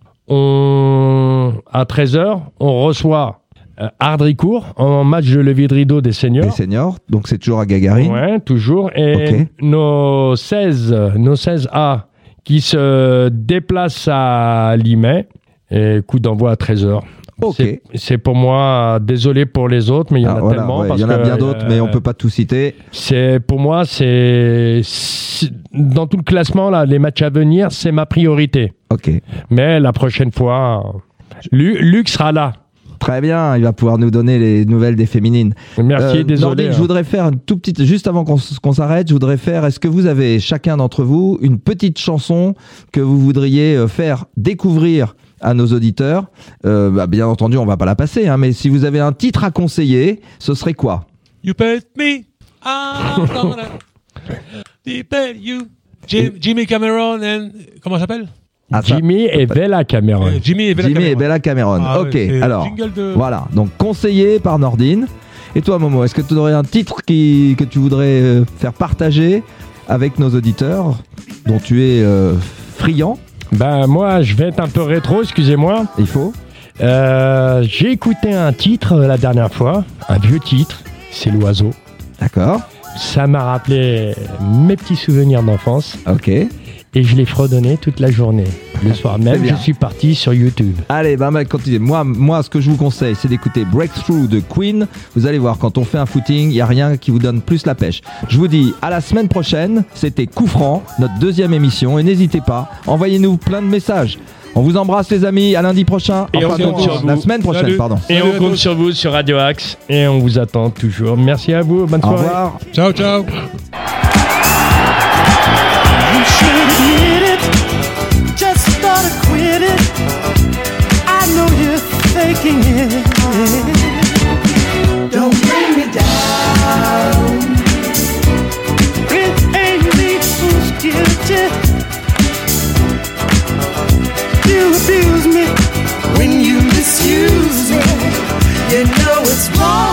on à treize heures, on reçoit euh, Ardricourt en match de levée de rideau des seniors. Les seniors, donc c'est toujours à Gagarine. Ouais, toujours. Et Ok. nos seize, nos seize A qui se déplacent à Limay. Et coup d'envoi à treize heures. Ok. C'est, c'est pour moi, désolé pour les autres, mais il y en Ah, a voilà, tellement. ouais, parce il y en a que, bien d'autres, euh, mais on peut pas tout citer. C'est, pour moi, c'est, c'est- dans tout le classement, là, les matchs à venir, c'est ma priorité. Ok. Mais la prochaine fois, Lu- Luc sera là. Très bien, il va pouvoir nous donner les nouvelles des féminines. Merci, Euh, désolé. Nordine, hein. je voudrais faire une tout petite, juste avant qu'on, s- qu'on s'arrête, je voudrais faire, est-ce que vous avez chacun d'entre vous une petite chanson que vous voudriez euh, faire découvrir à nos auditeurs? Euh, bah, bien entendu, on va pas la passer, hein, mais si vous avez un titre à conseiller, ce serait quoi? You paid me. I'm gonna be paid you. Jim- Jimmy Cameron and comment ça s'appelle? Ah, ça- Jimmy et Bella Cameron. Euh, Jimmy et Bella Jimmy Cameron. et Bella Cameron. Ah ouais, ok, c'est alors jingle de- voilà, donc conseillé par Nordine. Et toi, Momo, est-ce que tu aurais un titre qui, que tu voudrais euh, faire partager avec nos auditeurs, dont tu es euh, friand? Ben, moi, je vais être un peu rétro, excusez-moi. Il faut. Euh, j'ai écouté un titre euh, la dernière fois, un vieux titre, c'est L'Oiseau. D'accord. Ça m'a rappelé mes petits souvenirs d'enfance Ok. et je l'ai fredonné toute la journée. Le soir C'est même, bien. je suis parti sur YouTube. Allez, bah, bah, continuez. Moi, moi, ce que je vous conseille, c'est d'écouter Breakthrough de Queen. Vous allez voir, quand on fait un footing, il n'y a rien qui vous donne plus la pêche. Je vous dis à la semaine prochaine. C'était Coup Franc, notre deuxième émission. Et n'hésitez pas, envoyez-nous plein de messages. On vous embrasse, les amis. À lundi prochain. Et Enfin, on compte non, sur la vous. semaine prochaine, Salut. pardon. Et Salut on à compte tous. sur vous sur Radio Axe et on vous attend toujours. Merci à vous, bonne Au soirée. revoir. Ciao, ciao. You should admit it, just thought of quit it. I know you're faking it. Don't bring me down. It ain't me who's guilty. You abuse me when you misuse me. You know it's wrong.